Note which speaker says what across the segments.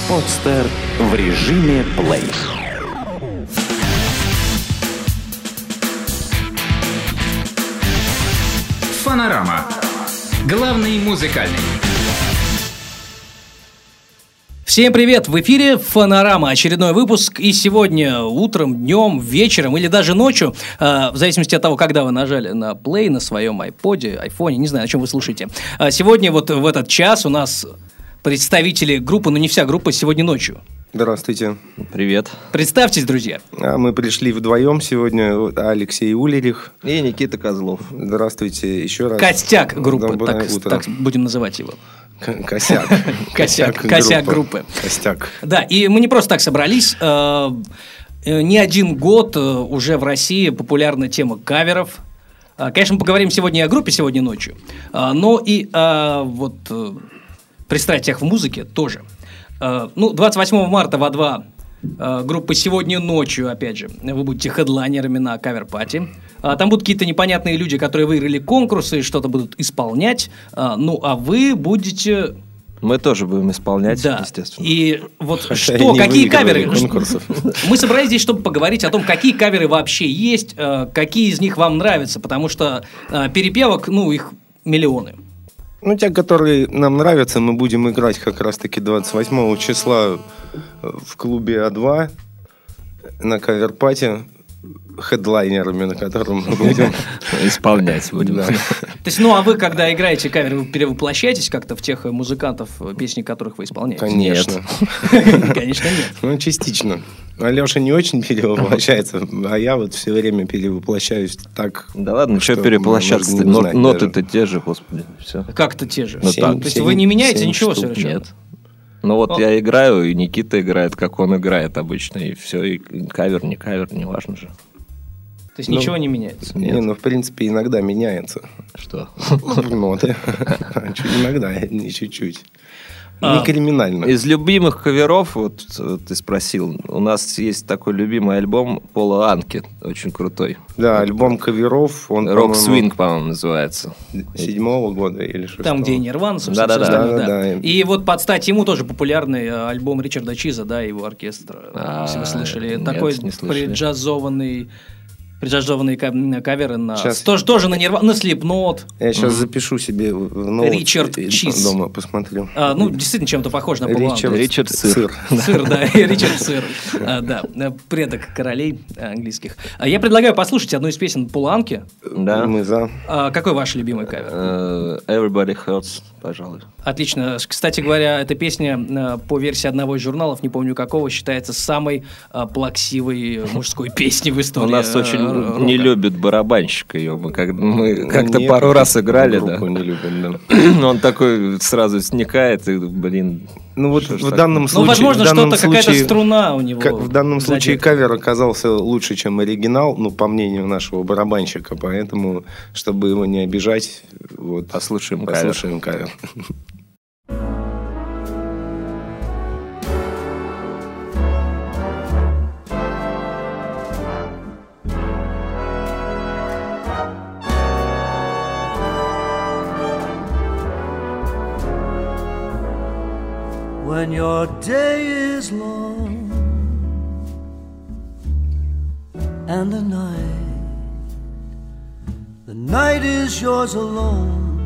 Speaker 1: Подстер в режиме плей.
Speaker 2: Фонорама. Главный музыкальный.
Speaker 3: Всем привет! В эфире «Фонорама», очередной выпуск. И сегодня утром, днем, вечером или даже ночью, в зависимости от того, когда вы нажали на play на своем айподе, айфоне, не знаю, о чем вы слушаете. Сегодня вот в этот час у нас представители группы, но не вся группа, сегодня ночью.
Speaker 4: Здравствуйте.
Speaker 5: Привет.
Speaker 3: Представьтесь, друзья.
Speaker 4: Мы пришли вдвоем сегодня. Алексей Улерих.
Speaker 5: И Никита Козлов.
Speaker 4: Здравствуйте еще раз.
Speaker 3: Костяк группы,
Speaker 4: Доброе утро.
Speaker 3: так будем называть его.
Speaker 4: Косяк.
Speaker 3: Косяк группы.
Speaker 4: Костяк.
Speaker 3: Да, и мы не просто так собрались. Не один год уже в России популярна тема каверов. Конечно, мы поговорим сегодня и о группе «Сегодня ночью», но и о пристрастиях в музыке тоже. 28 марта в А2 группы «Сегодня ночью», опять же, вы будете хедлайнерами на кавер-пати. Там будут какие-то непонятные люди, которые выиграли конкурсы, что-то будут исполнять. А вы будете...
Speaker 5: Мы тоже будем исполнять,
Speaker 3: да.
Speaker 5: Естественно.
Speaker 3: И вот что, какие каверы? Мы собрались здесь, чтобы поговорить о том, какие каверы вообще есть, какие из них вам нравятся, потому что перепевок, их миллионы.
Speaker 4: Те, которые нам нравятся, мы будем играть как раз-таки 28 числа в клубе А2 на кавер-пати, хедлайнерами, на котором мы будем
Speaker 5: исполнять.
Speaker 3: То есть, а вы, когда играете кавер, вы перевоплощаетесь как-то в тех музыкантов, песни которых вы исполняете?
Speaker 4: Конечно.
Speaker 3: Конечно, нет.
Speaker 4: Частично. Алеша не очень перевоплощается, а я все время перевоплощаюсь так.
Speaker 5: Да ладно, что перевоплощаться? Ноты-то те же, господи. Все.
Speaker 3: Как-то те же? То есть вы не меняете ничего совершенно?
Speaker 5: Нет. Я играю, и Никита играет, как он играет обычно, и все, и кавер, не важно же.
Speaker 3: То есть ничего не меняется?
Speaker 4: Нет. В принципе, иногда меняется.
Speaker 5: Что?
Speaker 4: Ноты. Иногда, не чуть-чуть. Не криминально.
Speaker 5: Из любимых каверов, ты спросил, у нас есть такой любимый альбом Пола Анки, очень крутой.
Speaker 4: Да, альбом каверов. Он,
Speaker 5: Рок Свинг, по-моему, называется.
Speaker 4: 7-го года или 6-го.
Speaker 3: Там, где и Нирвана, собственно.
Speaker 4: Да.
Speaker 3: И под стать ему тоже популярный альбом Ричарда Чиза, да, его оркестра. Если вы слышали. Такой преджазованный каверы на... Тоже на Нирвану, на Slipknot.
Speaker 4: Я сейчас запишу себе в ноут.
Speaker 3: Ричард Чиз.
Speaker 4: Дома посмотрю.
Speaker 3: Действительно, чем-то похож на Пола Анки.
Speaker 5: Ричард Сыр.
Speaker 3: Сыр, да, Ричард Сыр. Да, предок королей английских. Я предлагаю послушать одну из песен Пола Анки.
Speaker 5: Да.
Speaker 4: Мы за.
Speaker 3: Какой ваш любимый кавер?
Speaker 5: Everybody Hurts, пожалуй.
Speaker 3: Отлично. Кстати говоря, эта песня по версии одного из журналов, не помню какого, считается самой плаксивой мужской песней в истории.
Speaker 5: У нас очень не любит барабанщик ее. Мы как-то пару раз играли, да.
Speaker 4: Не любят, да.
Speaker 5: Он такой сразу сникает, и, блин...
Speaker 4: в данном случае...
Speaker 3: возможно, что-то какая-то струна у него.
Speaker 4: В данном случае кавер оказался лучше, чем оригинал, по мнению нашего барабанщика, поэтому, чтобы его не обижать,
Speaker 5: послушаем
Speaker 4: кавер.
Speaker 6: When your day is long and the night is yours alone.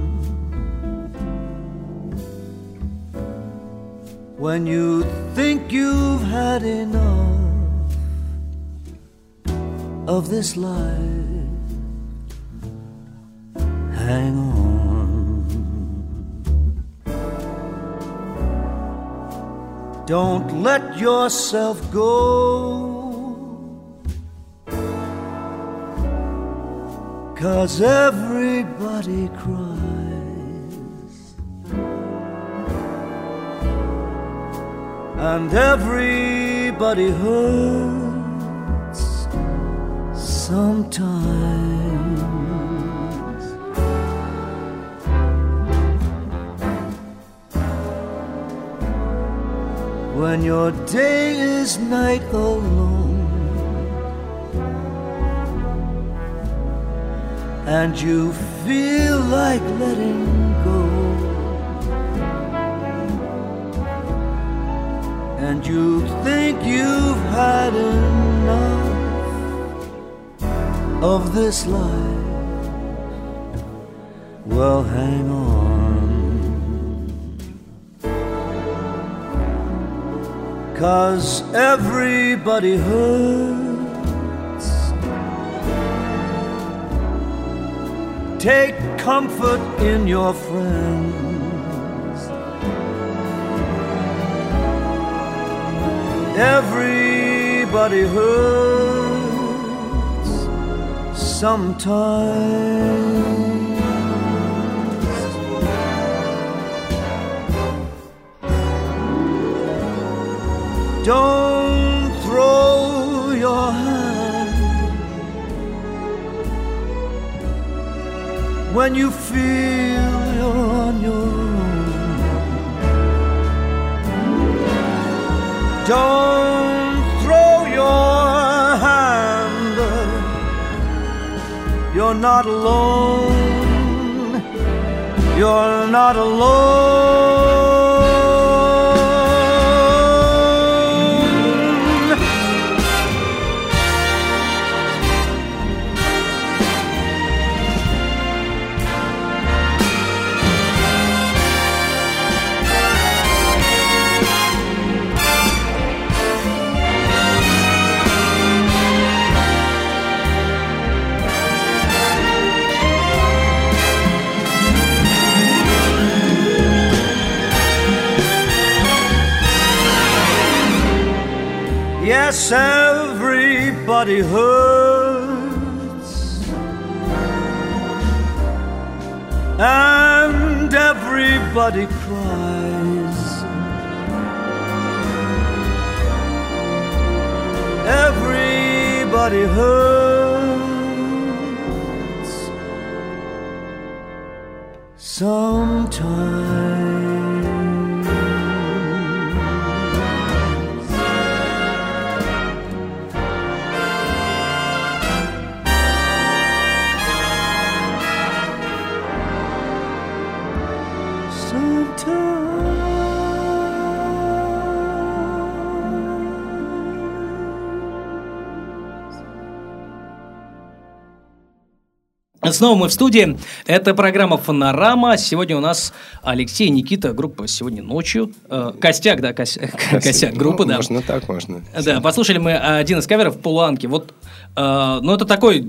Speaker 6: When you think you've had enough of this life, hang on. Don't let yourself go, 'cause everybody cries and everybody hurts sometimes. When your day is night alone and you feel like letting go, you've had enough of this life, well, hang on, 'cause everybody hurts. Take comfort in your friends. Everybody hurts sometimes. Don't throw your hand when you feel you're on your own. Don't throw your hand. You're not alone. You're not alone. Yes, everybody hurts, and everybody cries. Everybody hurts sometimes.
Speaker 3: Снова мы в студии. Это программа «Фонорама». Сегодня у нас Алексей и Никита, группа «Сегодня ночью». Костяк, да, костяк группы, да.
Speaker 4: Можно так, можно.
Speaker 3: Да, послушали мы один из каверов «Полуанки». Вот, ну, это такой...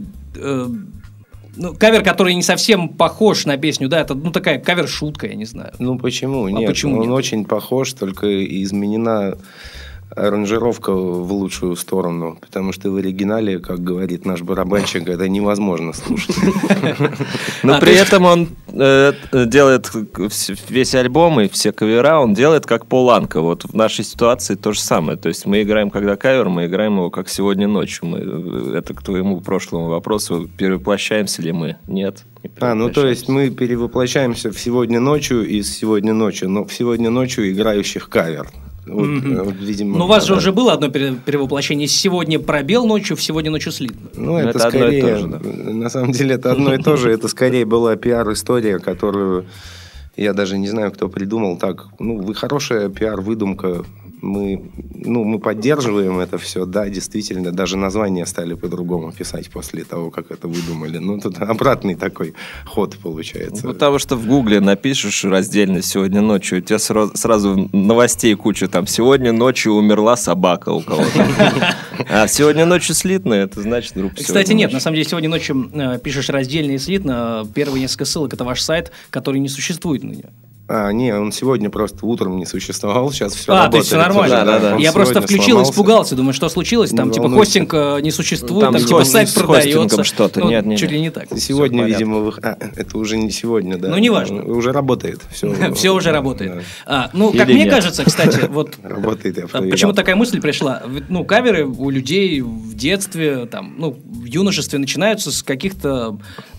Speaker 3: Ну, кавер, который не совсем похож на песню, да, это, ну, такая кавер-шутка, я не знаю.
Speaker 4: Ну, почему? Нет,
Speaker 3: почему
Speaker 4: он
Speaker 3: нет?
Speaker 4: очень похож, только изменена аранжировка в лучшую сторону, потому что в оригинале, как говорит наш барабанщик, это невозможно слушать.
Speaker 5: Но при этом он делает весь альбом и все кавера, он делает как Полуанка. Вот в нашей ситуации то же самое. То есть мы играем, когда кавер, мы играем его как «Сегодня ночью». Это к твоему прошлому вопросу, перевоплощаемся ли мы? Нет.
Speaker 4: Ну то есть мы перевоплощаемся в «Сегодня ночью» из «Сегодня ночью», но в «Сегодня ночью» играющих кавер. Вот, видимо,
Speaker 3: но у вас же уже было одно перевоплощение. Сегодня пробел ночью, в сегодня ночью слитно.
Speaker 4: Ну, это скорее, одно и то же, да. На самом деле, это одно и то же. Это скорее была пиар-история, которую я даже не знаю, кто придумал. Так, ну, вы хорошая пиар-выдумка. Мы поддерживаем это все. Да, действительно, даже названия стали по-другому писать после того, как это выдумали. Ну, тут обратный такой ход получается.
Speaker 5: Потому что в Гугле напишешь раздельно «Сегодня ночью», у тебя сразу новостей куча. Там «Сегодня ночью умерла собака» у кого-то. А «Сегодня ночью слитно» — это значит группа «Сегодня
Speaker 3: Кстати, нет,
Speaker 5: ночью».
Speaker 3: на самом деле «Сегодня ночью» пишешь раздельно и слитно. Первые несколько ссылок — это ваш сайт, который не существует ныне.
Speaker 4: Не, он сегодня просто утром не существовал, сейчас все работает.
Speaker 3: То есть все нормально.
Speaker 5: Да.
Speaker 3: Я просто включил, сломался. Испугался, думаю, что случилось, там типа хостинг не существует, там типа сайт продается.
Speaker 5: Что-то. Нет.
Speaker 3: Чуть ли не так.
Speaker 4: Сегодня, видимо, это уже не сегодня, да.
Speaker 3: Ну, неважно.
Speaker 4: Уже работает.
Speaker 3: Все уже работает. Ну, как мне кажется, кстати, вот почему такая мысль пришла. Ну, каверы у людей в детстве, там, ну, в юношестве начинаются с каких-то...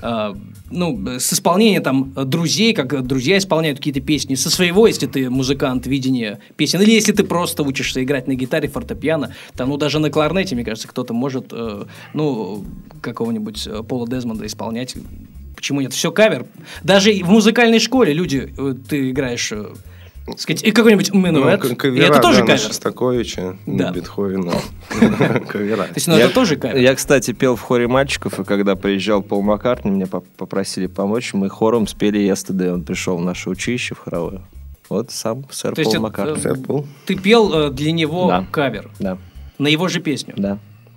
Speaker 3: с исполнения там друзей, как друзья исполняют какие-то песни, со своего, если ты музыкант, видения песен, или если ты просто учишься играть на гитаре, фортепиано, там, даже на кларнете, мне кажется, кто-то может, какого-нибудь Пола Дезмонда исполнять. Почему нет? Все кавер. Даже в музыкальной школе люди, ты играешь... сказать, и какой-нибудь минуэт. И
Speaker 4: кавера,
Speaker 3: это тоже
Speaker 4: на
Speaker 3: кавер.
Speaker 4: Шостаковича,
Speaker 3: Да.
Speaker 4: на Бетховена. Кавера.
Speaker 3: То есть, это тоже кавер.
Speaker 5: Я, кстати, пел в хоре мальчиков, и когда приезжал Пол Маккартни, меня попросили помочь, мы хором спели «Yesterday». Он пришел в наше училище в хоровое. Вот сам сэр
Speaker 3: То есть
Speaker 5: Пол Маккартни.
Speaker 4: Сэр Пол?
Speaker 3: Ты пел для него
Speaker 5: Да.
Speaker 3: кавер
Speaker 5: Да,
Speaker 3: на его же песню.
Speaker 5: да.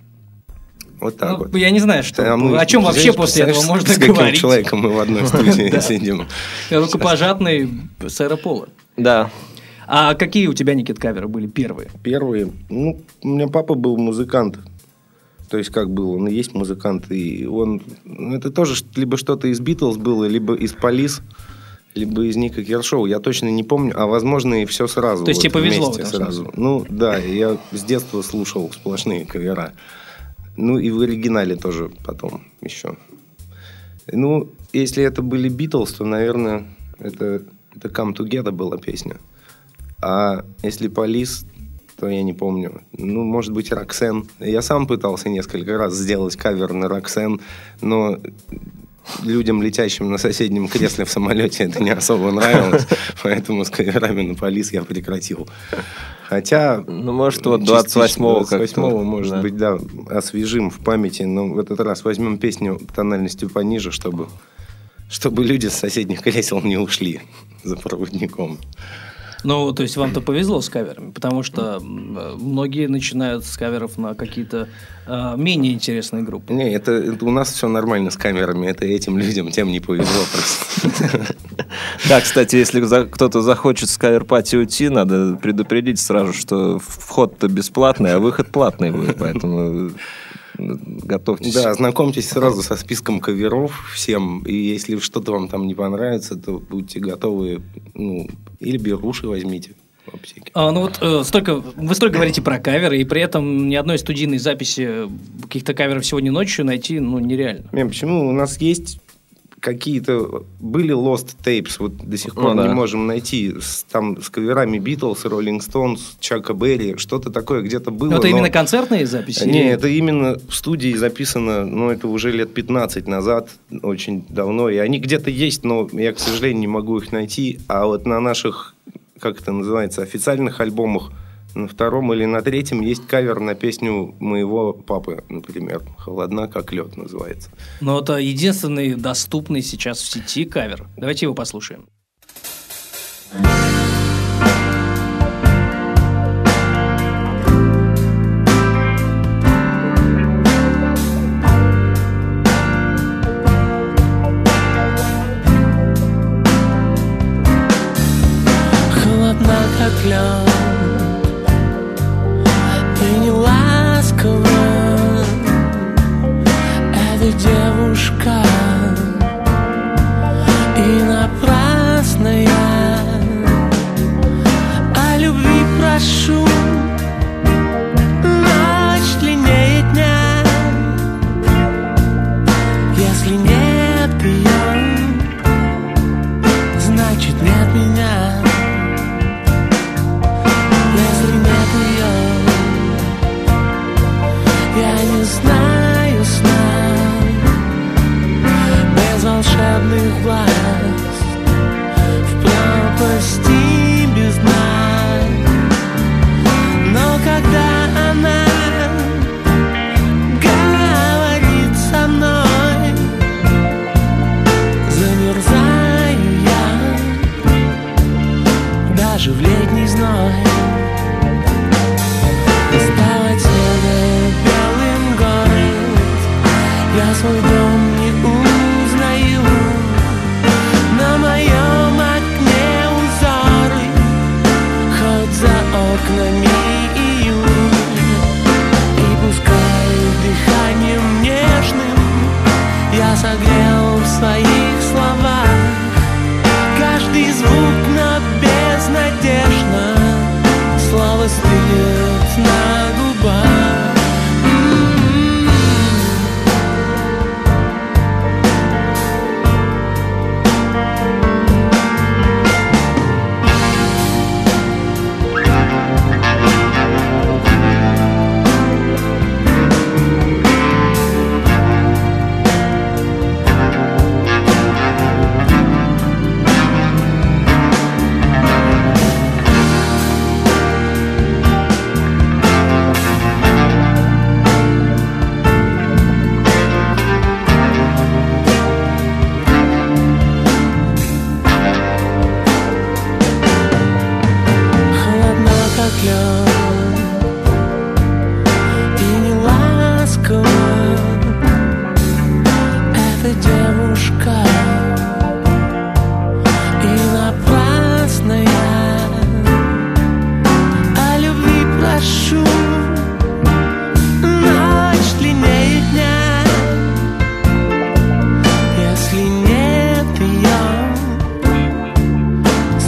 Speaker 4: Вот так
Speaker 3: Ну,
Speaker 4: вот.
Speaker 3: я не знаю, что, о чем вообще после этого можно
Speaker 4: с каким
Speaker 3: говорить.
Speaker 4: человеком мы в одной студии сидим.
Speaker 3: Рукопожатный сэра Пола.
Speaker 5: Да.
Speaker 3: А какие у тебя, Никит, каверы были первые?
Speaker 4: Первые. У меня папа был музыкант. То есть, как был, он и есть музыкант. И он... это тоже либо что-то из Битлз было, либо из Полис, либо из Ника Кершоу. Я точно не помню. А, возможно, и все сразу.
Speaker 3: То есть, тебе повезло
Speaker 4: вместе
Speaker 3: в этом
Speaker 4: сразу. Да. Я с детства слушал сплошные кавера. И в оригинале тоже потом еще. Если это были Битлз, то, наверное, это Come Together была песня. А если Полис, то я не помню. Может быть, Роксен. Я сам пытался несколько раз сделать кавер на Роксен, но людям, летящим на соседнем кресле в самолете, это не особо нравилось. Поэтому с каверами на Полис я прекратил. Хотя...
Speaker 5: может, вот 28-го как-то.
Speaker 4: 28-го, может быть, да, освежим в памяти. Но в этот раз возьмем песню тональностью пониже, чтобы люди с соседних кресел не ушли за проводником.
Speaker 3: То есть, вам-то повезло с каверами, потому что многие начинают с каверов на какие-то менее интересные группы.
Speaker 4: Не, это у нас все нормально с камерами. Это этим людям тем не повезло просто.
Speaker 5: Да, кстати, если кто-то захочет с кавер-пати уйти, надо предупредить сразу, что вход-то бесплатный, а выход платный будет, поэтому готовьтесь.
Speaker 4: Да, знакомьтесь сразу со списком каверов всем, и если что-то вам там не понравится, то будьте готовы, или беруши возьмите в аптеке.
Speaker 3: Вы столько говорите про каверы, и при этом ни одной студийной записи каких-то каверов сегодня ночью найти, нереально.
Speaker 4: Почему? У нас есть какие-то... Были Lost Tapes, вот до сих пор не можем найти. Там с каверами Битлз, Роллинг Стоунс, Чака Берри, что-то такое где-то было.
Speaker 3: Это именно концертные записи?
Speaker 4: Не, это именно в студии записано, это уже лет 15 назад, очень давно. И они где-то есть, но я, к сожалению, не могу их найти. А вот на наших, как это называется, официальных альбомах, на втором или на третьем есть кавер на песню моего папы, например. «Холодна, как лед» называется.
Speaker 3: Это единственный доступный сейчас в сети кавер. Давайте его послушаем.
Speaker 7: Холодна, как лед. Ты не ласкова, эта девушка, и напрасно я о любви прошу. Ночь длиннее дня, если нет ее, значит нет меня. Если нет ее, я не знаю сна без волшебных глаз в пропасти без дна. Но когда она говорит со мной, замерзаю я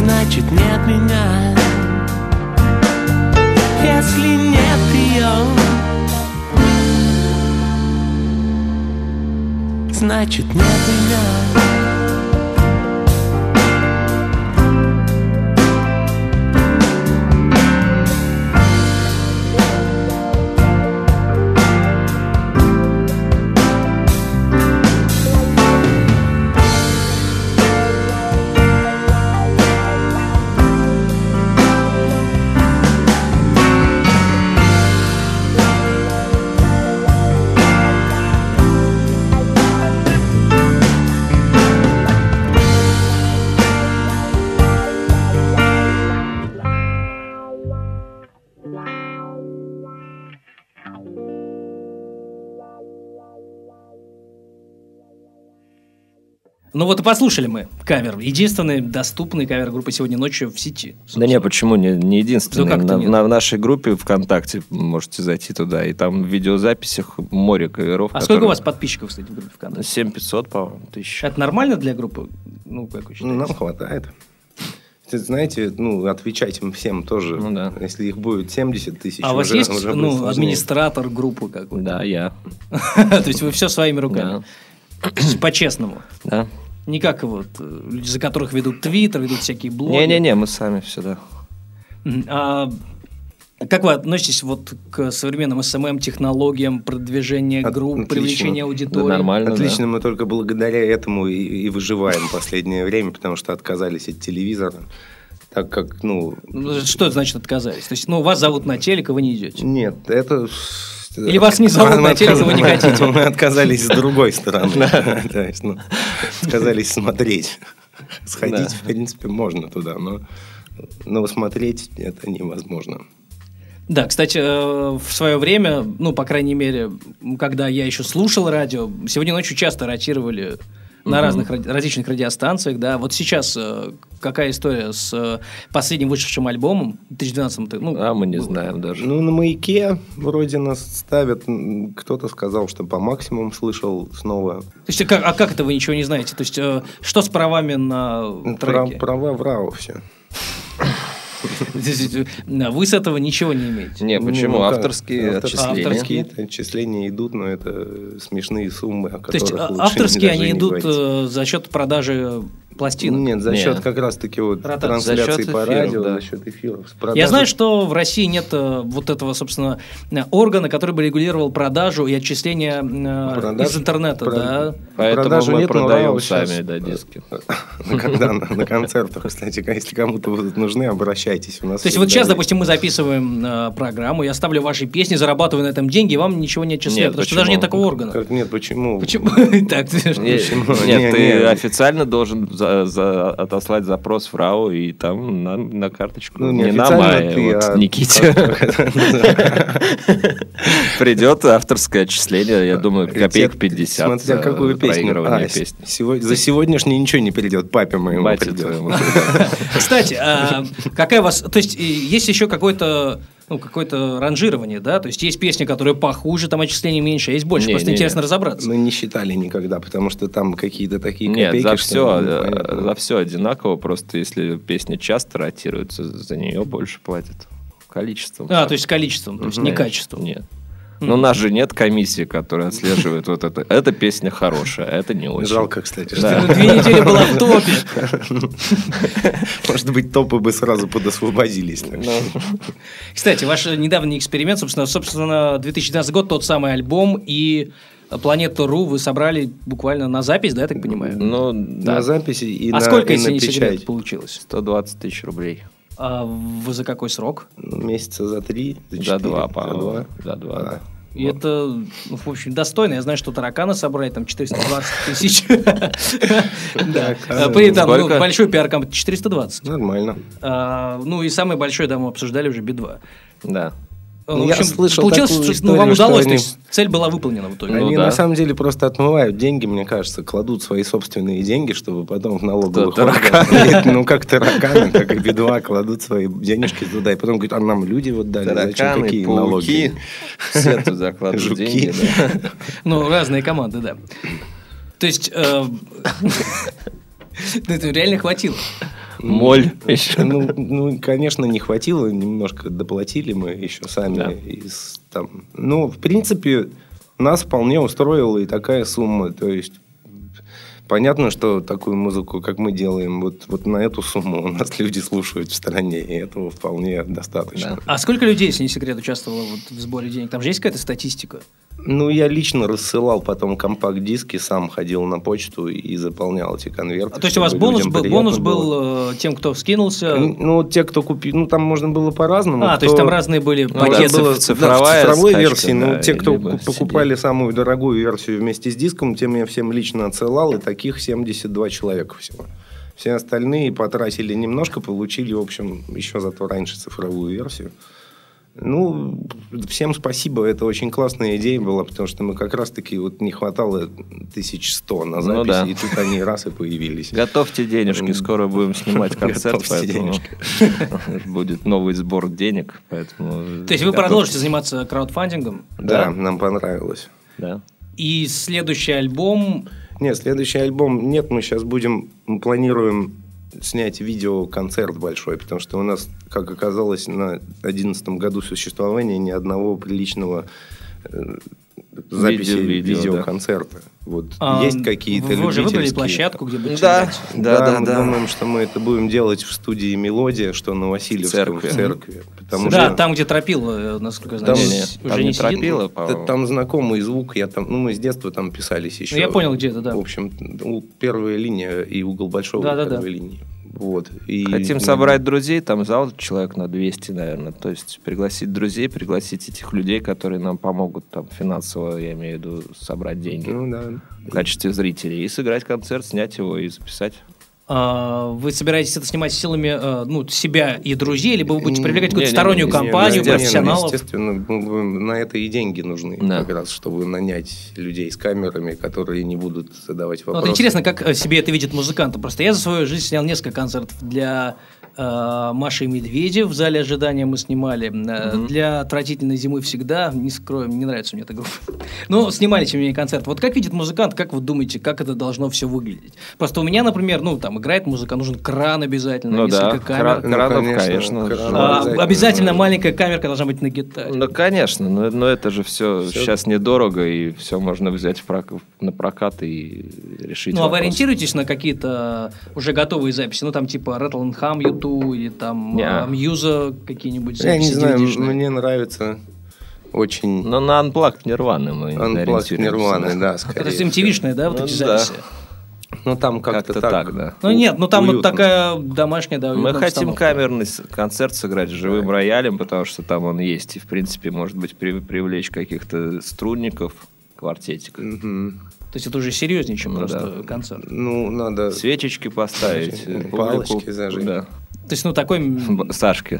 Speaker 7: значит нет меня. Если нет ее, значит нет меня.
Speaker 3: Ну вот и послушали мы кавер. Единственный доступный кавер группы «Сегодня ночью» в сети.
Speaker 5: Да не, почему? Не единственный.
Speaker 3: Ну, как-то нет.
Speaker 5: В нашей группе ВКонтакте можете зайти туда, и там в видеозаписях море каверов.
Speaker 3: А сколько у вас подписчиков, кстати, в группе ВКонтакте?
Speaker 5: 7500, по-моему, тысяч.
Speaker 3: Это нормально для группы? Ну, как вы считаете?
Speaker 4: Нам хватает. Знаете, отвечать им всем тоже.
Speaker 5: Ну, да.
Speaker 4: Если их будет 70 тысяч,
Speaker 3: А у вас
Speaker 4: уже
Speaker 3: есть
Speaker 4: будет сложнее.
Speaker 3: администратор группы какой-то?
Speaker 5: Да, я.
Speaker 3: То есть вы все своими руками? По-честному?
Speaker 5: Да.
Speaker 3: Не как вот люди, за которых ведут твиттер, ведут всякие блоги.
Speaker 5: Не-не-не, мы сами все, да.
Speaker 3: А как вы относитесь вот к современным СММ-технологиям, продвижения групп,
Speaker 4: Отлично.
Speaker 3: привлечения аудитории?
Speaker 5: Да, нормально,
Speaker 4: Отлично,
Speaker 5: да.
Speaker 4: мы только благодаря этому и выживаем в последнее время, потому что отказались от телевизора, так как,
Speaker 3: Что это значит отказались? То есть, вас зовут на телек, и вы не идете?
Speaker 4: Нет, это...
Speaker 3: Или вас не зовут на телек, и вы не хотите?
Speaker 4: Мы отказались с другой стороны. То есть, отказались смотреть. Сходить, в принципе, можно туда, но смотреть это невозможно.
Speaker 3: Да, кстати, в свое время, по крайней мере, когда я еще слушал радио, «Сегодня ночью» часто ротировали на различных радиостанциях, да. Вот сейчас какая история с последним вышедшим альбомом, 2012-м?
Speaker 5: Мы не знаем даже.
Speaker 4: На «Маяке» вроде нас ставят. Кто-то сказал, что по максимуму слышал снова.
Speaker 3: То есть, а как это вы ничего не знаете? То есть, что с правами на треки?
Speaker 4: Права в РАО все.
Speaker 3: Вы с этого ничего не имеете?
Speaker 5: Не, почему? Авторские отчисления.
Speaker 4: Какие-то отчисления идут, но это смешные суммы, о
Speaker 3: То есть,
Speaker 4: которых лучше
Speaker 3: авторские
Speaker 4: даже
Speaker 3: они
Speaker 4: не
Speaker 3: идут
Speaker 4: говорить.
Speaker 3: за счет продажи пластинок?
Speaker 4: Нет, за
Speaker 5: Нет.
Speaker 4: счет как раз-таки трансляции
Speaker 5: За счет
Speaker 4: по
Speaker 5: эфиров,
Speaker 4: радио,
Speaker 5: да.
Speaker 4: за счет эфиров.
Speaker 3: Я знаю, что в России нет вот этого, собственно, органа, который бы регулировал продажу и отчисления из интернета, да?
Speaker 5: Поэтому
Speaker 4: Продажу
Speaker 5: мы
Speaker 4: нет, но
Speaker 5: продаем
Speaker 4: РАО
Speaker 5: сами,
Speaker 4: сейчас-
Speaker 5: да, диски.
Speaker 4: Когда на концертах, кстати, если кому-то будут нужны, обращайтесь. У нас
Speaker 3: То есть, вот
Speaker 4: всегда
Speaker 3: сейчас,
Speaker 4: есть.
Speaker 3: допустим, мы записываем программу, я ставлю ваши песни, зарабатываю на этом деньги, и вам ничего не отчисляют,
Speaker 5: Нет,
Speaker 3: потому что
Speaker 5: почему?
Speaker 3: даже нет такого органа.
Speaker 4: Как нет, почему?
Speaker 3: Почему? Так,
Speaker 5: Нет,
Speaker 4: Не,
Speaker 5: ты
Speaker 4: не.
Speaker 5: официально должен отослать запрос в РАО, и там на карточку.
Speaker 4: Ну, не
Speaker 5: не нам, а
Speaker 4: официально ты,
Speaker 5: вот
Speaker 4: а
Speaker 5: Никите. Придет авторское отчисление, я думаю, копеек 50
Speaker 4: Смотря
Speaker 5: за
Speaker 4: какую песню.
Speaker 5: проигрывание песни.
Speaker 4: За сегодняшний ничего не придет, папе моему
Speaker 5: Бате
Speaker 4: придет.
Speaker 5: твоему.
Speaker 3: Кстати, какая у вас... То есть, есть еще какое-то ранжирование, да? То есть, есть песни, которые похуже, там отчислений меньше, а есть больше. Просто интересно разобраться.
Speaker 4: Мы не считали никогда, потому что там какие-то такие
Speaker 5: Нет,
Speaker 4: копейки.
Speaker 5: за
Speaker 4: что
Speaker 5: все,
Speaker 4: непонятно.
Speaker 5: за все одинаково, просто если песня часто ротируется, за нее больше платят количеством.
Speaker 3: То есть, количеством, то есть, не качеством.
Speaker 5: Нет. Но у нас же нет комиссии, которая отслеживает вот это. Эта песня хорошая, это не очень.
Speaker 4: Жалко, кстати,
Speaker 5: Да.
Speaker 4: что
Speaker 3: 2 недели была в топе.
Speaker 4: может быть, топы бы сразу подосвободились. так что.
Speaker 3: Кстати, ваш недавний эксперимент, собственно, 2012 год, тот самый альбом и Планету.ру вы собрали буквально на запись, да, я так понимаю?
Speaker 5: Ну,
Speaker 4: На
Speaker 5: да,
Speaker 4: записи и
Speaker 3: А
Speaker 4: на
Speaker 3: сколько,
Speaker 4: и
Speaker 3: если
Speaker 4: на
Speaker 3: не секрет,
Speaker 4: печать.
Speaker 3: получилось?
Speaker 5: 120 тысяч рублей.
Speaker 3: А вы за какой срок?
Speaker 4: Месяца за 3, за 4.
Speaker 5: За 2, по-моему. За 2, да.
Speaker 3: И это, в общем, достойно. Я знаю, что тараканы собрали там 420 тысяч. Да. При этом
Speaker 5: Сколько?
Speaker 3: большой пиар-компания 420.
Speaker 4: Нормально.
Speaker 3: Ну и самый большой, да, мы обсуждали уже Би-2.
Speaker 5: Да.
Speaker 3: В
Speaker 4: Я
Speaker 3: общем,
Speaker 4: слышал
Speaker 3: получилось,
Speaker 4: такую
Speaker 3: что вам
Speaker 4: историю, что
Speaker 3: удалось, то
Speaker 4: они-
Speaker 3: есть цель была выполнена в итоге.
Speaker 5: Ну
Speaker 4: Они
Speaker 5: да.
Speaker 4: на самом деле просто отмывают деньги, мне кажется, кладут свои собственные деньги, чтобы потом в налоговых
Speaker 5: Кто,
Speaker 4: органах, ну как тараканы, так и Би-2 кладут свои денежки туда, и потом говорят, а нам люди вот дали, зачем
Speaker 5: Тараканы,
Speaker 4: какие
Speaker 5: пауки,
Speaker 4: налоги?
Speaker 5: все тут закладывают
Speaker 4: Жуки.
Speaker 5: деньги. да.
Speaker 3: Ну, разные команды, да. То есть, это реально хватило.
Speaker 5: моль еще.
Speaker 4: Ну, конечно, не хватило, немножко доплатили мы еще сами.
Speaker 5: Да.
Speaker 4: Ну, в принципе, нас вполне устроила и такая сумма. То есть, понятно, что такую музыку, как мы делаем, вот на эту сумму у нас люди слушают в стране, и этого вполне достаточно.
Speaker 3: Да. А сколько людей, если не секрет, участвовало в сборе денег? Там же есть какая-то статистика?
Speaker 4: Ну, я лично рассылал потом компакт-диски, сам ходил на почту и заполнял эти конверты.
Speaker 3: То есть у вас бонус был тем, кто скинулся?
Speaker 4: Ну, те, кто купил, ну, там можно было по-разному.
Speaker 3: То есть там разные были пакеты.
Speaker 4: Было,
Speaker 5: цифровая
Speaker 4: в цифровой
Speaker 5: скачка,
Speaker 4: версии, но те, кто покупали
Speaker 5: CD.
Speaker 4: самую дорогую версию вместе с диском, тем я всем лично отсылал, и таких 72 человека всего. Все остальные потратили немножко, получили, в общем, еще зато раньше цифровую версию. Ну, всем спасибо, это очень классная идея была, потому что мы как раз-таки вот не хватало 1100 на записи,
Speaker 5: да.
Speaker 4: и тут они раз и появились.
Speaker 5: Готовьте денежки, скоро будем снимать концерт, поэтому будет новый сбор денег. Поэтому
Speaker 3: То есть вы продолжите заниматься краудфандингом?
Speaker 4: Да, нам понравилось.
Speaker 5: Да.
Speaker 3: И следующий альбом...
Speaker 4: Нет, следующий альбом нет, мы сейчас мы планируем снять видеоконцерт большой, потому что у нас, как оказалось, на 11 году существования ни одного приличного записи видеоконцерта. Да. Вот есть какие-то
Speaker 3: любительские. Вы уже выбрали площадку, где будете играть?
Speaker 4: Да. Мы думаем, что мы это будем делать в студии «Мелодия», что на Васильевском, в церкви.
Speaker 3: Да, там, где Тропила, насколько я знаю, уже не
Speaker 5: Тропила,
Speaker 4: там знакомый звук, мы с детства там писались еще.
Speaker 3: Я понял, где-то, да.
Speaker 4: В общем, первая линия и угол большого первой линии. Вот.
Speaker 5: Хотим собрать друзей, там зал человек на 200, наверное. То есть пригласить друзей, пригласить этих людей, которые нам помогут там финансово, я имею в виду, собрать деньги в качестве зрителей. И сыграть концерт, снять его и записать.
Speaker 3: Вы собираетесь это снимать силами себя и друзей, либо вы будете привлекать какую-то стороннюю компанию, профессионалов?
Speaker 4: Естественно, на это и деньги нужны, как раз, чтобы нанять людей с камерами, которые не будут задавать вопросы.
Speaker 3: Вот интересно, как себе это видит музыкант. Просто я за свою жизнь снял несколько концертов для Маши и Медведя в зале ожидания мы снимали. Для «Отвратительной зимы» всегда, не скрою, не нравится мне эта группа. Но снимали, тем не менее, концерт. Вот как видит музыкант, как вы думаете, как это должно все выглядеть? Просто у меня, например, там играет музыка, нужен кран обязательно, несколько камер.
Speaker 5: Кранов, конечно.
Speaker 3: Обязательно маленькая камерка должна быть на гитаре.
Speaker 5: Ну, конечно, но это же все сейчас недорого, и все можно взять на прокат и решить вопрос.
Speaker 3: А вы ориентируетесь на какие-то уже готовые записи? Там типа Rattle & Hum, YouTube или там Мьюза какие-нибудь записи?
Speaker 4: Я не знаю, мне нравится очень...
Speaker 5: Но на Unplugged Nirvana мы ориентируемся.
Speaker 4: Unplugged Nirvana, да, скорее.
Speaker 3: То есть MTV-шные, да, вот эти записи?
Speaker 4: Ну, там как-то так,
Speaker 5: да.
Speaker 3: Ну, нет, там вот такая домашняя, да,
Speaker 5: мы хотим камерный концерт сыграть с живым роялем, потому что там он есть. И, в принципе, может быть, привлечь каких-то струнников, квартетиков.
Speaker 3: То есть это уже серьезнее, чем просто концерт.
Speaker 4: Ну, надо...
Speaker 5: Свечечки поставить.
Speaker 4: Палочки зажечь.
Speaker 3: Да. То есть, такой...
Speaker 5: Сашки.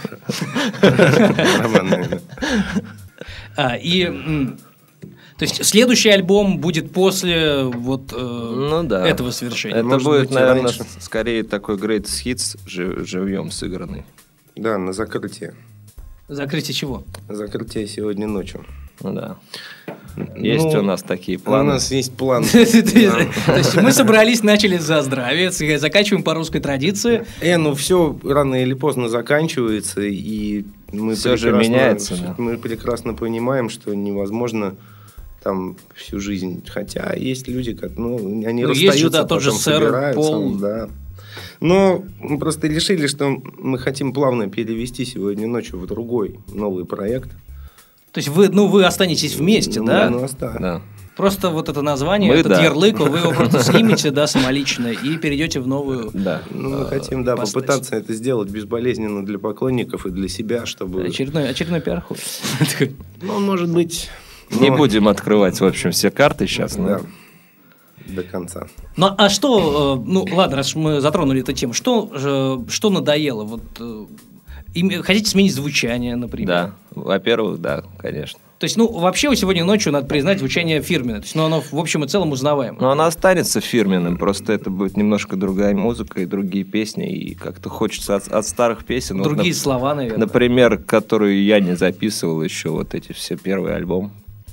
Speaker 3: То есть следующий альбом будет после этого совершения.
Speaker 5: Это будет, наверное, скорее такой Greatest Hits живьем сыгранный.
Speaker 4: Да, на закрытие.
Speaker 3: Закрытие чего?
Speaker 4: Закрытие сегодня ночью.
Speaker 5: Да. Есть у нас такие планы.
Speaker 4: У нас есть план.
Speaker 3: То есть мы собрались, начали за здравие, заканчиваем по русской традиции.
Speaker 4: Все рано или поздно заканчивается, и мы
Speaker 5: все же меняется.
Speaker 4: Мы прекрасно понимаем, что невозможно там всю жизнь. Хотя есть люди, они расстаются,
Speaker 3: тот же сэр Пол.
Speaker 4: Да. Но мы просто решили, что мы хотим плавно перевести сегодня ночью в другой новый проект.
Speaker 3: То есть вы останетесь вместе, да?
Speaker 4: Да.
Speaker 3: Просто вот это название, этот ярлык, вы его просто снимете, самолично, и перейдете в новую.
Speaker 4: Да. Мы хотим, попытаться это сделать безболезненно для поклонников и для себя, чтобы...
Speaker 3: Очередной пиар-ход.
Speaker 4: Может быть...
Speaker 5: Не будем открывать, в общем, все карты сейчас.
Speaker 4: Да. До конца.
Speaker 3: А что... ладно, раз мы затронули эту тему. Что надоело? Хотите сменить звучание, например?
Speaker 5: Да. Во-первых, да, конечно.
Speaker 3: То есть, вообще сегодня ночью, надо признать, звучание фирменное. То есть, оно в общем и целом узнаваемо.
Speaker 5: Оно останется фирменным, просто это будет немножко другая музыка и другие песни. И как-то хочется от старых песен...
Speaker 3: Другие слова, наверное.
Speaker 5: Например, которые я не записывал еще, эти все первый альбом,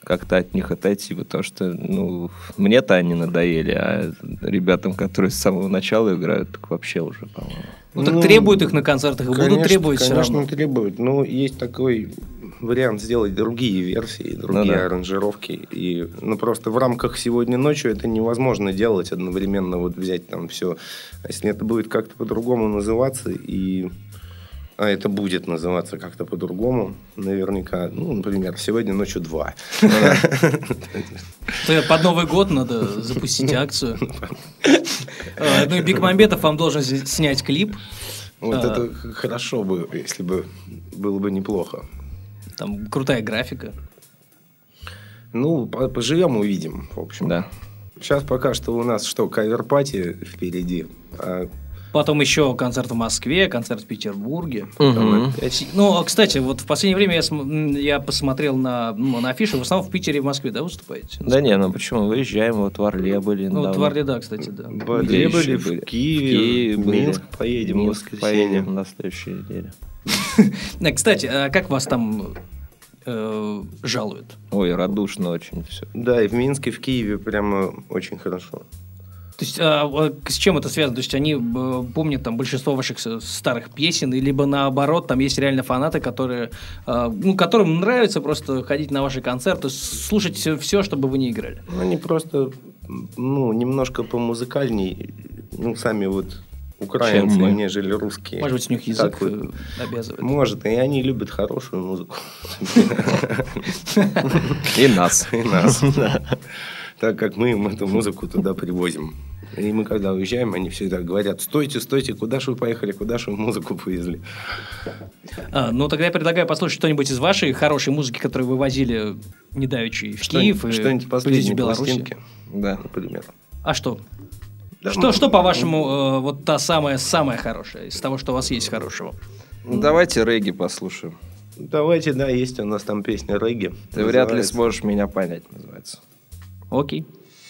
Speaker 5: как-то от них отойти, потому что, ну, мне-то они надоели, а ребятам, которые с самого начала играют, так вообще уже, по-моему.
Speaker 3: Ну, так требуют их на концертах и будут требовать все равно.
Speaker 4: Конечно, требуют. Но есть такой вариант сделать другие версии, другие аранжировки. И, просто в рамках сегодня ночью это невозможно делать одновременно, вот взять там все. Если это будет как-то по-другому называться, а это будет называться как-то по-другому, наверняка. Ну, например, сегодня ночью 2.
Speaker 3: Под Новый год надо запустить акцию. Ну и Бекмамбетов вам должен снять клип.
Speaker 4: Вот это хорошо бы, если бы было бы неплохо.
Speaker 3: Там крутая графика.
Speaker 4: Ну, поживем, увидим, в общем.
Speaker 5: Да.
Speaker 4: Сейчас пока что у нас кавер-пати впереди.
Speaker 3: Потом еще концерт в Москве, концерт в Петербурге.
Speaker 5: Угу.
Speaker 3: Кстати, вот в последнее время я посмотрел на афишу, в основном в Питере и в Москве, да, выступаете?
Speaker 5: Да не, почему? Выезжаем, вот в Орле были недавно.
Speaker 3: Вот в Орле, да, кстати, да.
Speaker 4: В Орле были, в Киеве, в Минск поедем.
Speaker 5: В Минск поедем на следующей неделе.
Speaker 3: Кстати, а как вас там жалуют?
Speaker 5: Ой, радушно очень все.
Speaker 4: Да, и в Минске, и в Киеве прямо очень хорошо.
Speaker 3: То есть, с чем это связано? То есть, они помнят там большинство ваших старых песен, и либо наоборот, там есть реально фанаты, которые, которым нравится просто ходить на ваши концерты, слушать все, чтобы вы не играли?
Speaker 4: Они просто, немножко помузыкальней, сами вот украинцы, нежели русские.
Speaker 3: Может быть, у них язык обязывает.
Speaker 4: Может, и они любят хорошую музыку.
Speaker 5: И нас.
Speaker 4: Так как мы им эту музыку туда привозим. И мы, когда уезжаем, они всегда говорят: стойте, стойте, куда же вы поехали, куда же вы музыку повезли.
Speaker 3: Тогда я предлагаю послушать что-нибудь из вашей хорошей музыки, которую вы возили недавеча в Киев и
Speaker 4: что-нибудь последнее
Speaker 3: в Беларусь.
Speaker 4: Да, например.
Speaker 3: А что? Да, что по-вашему, вот та самая хорошая из того, что у вас есть хорошего?
Speaker 5: Давайте регги послушаем.
Speaker 4: Давайте, да, есть у нас там песня регги.
Speaker 5: Ты вряд ли сможешь меня понять, называется.
Speaker 3: Окей.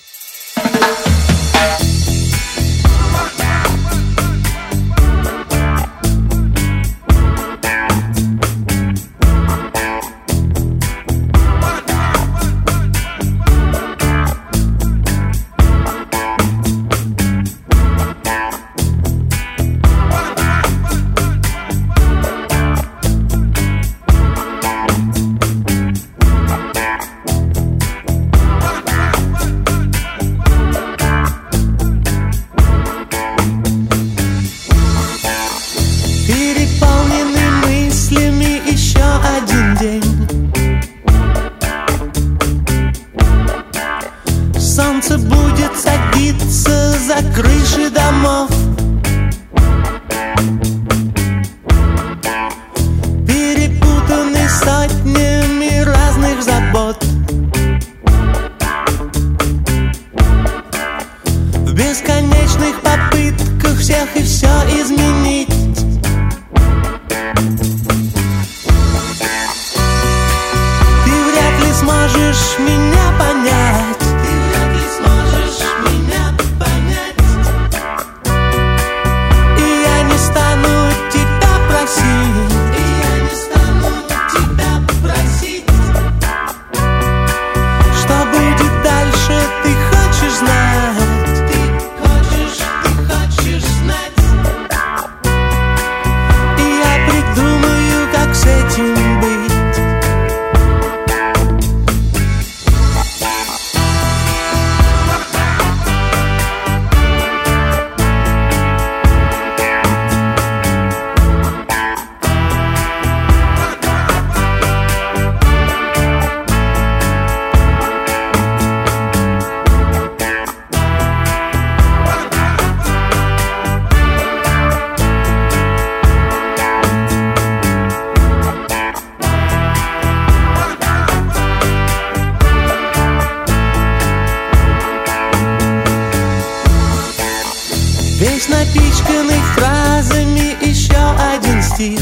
Speaker 7: Весь напичканный фразами, еще один стих.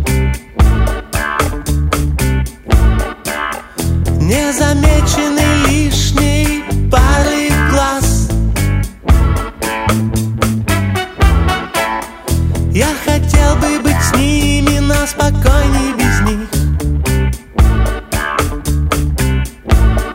Speaker 7: Незамеченный лишней парой глаз. Я хотел бы быть с ними, но спокойней без них.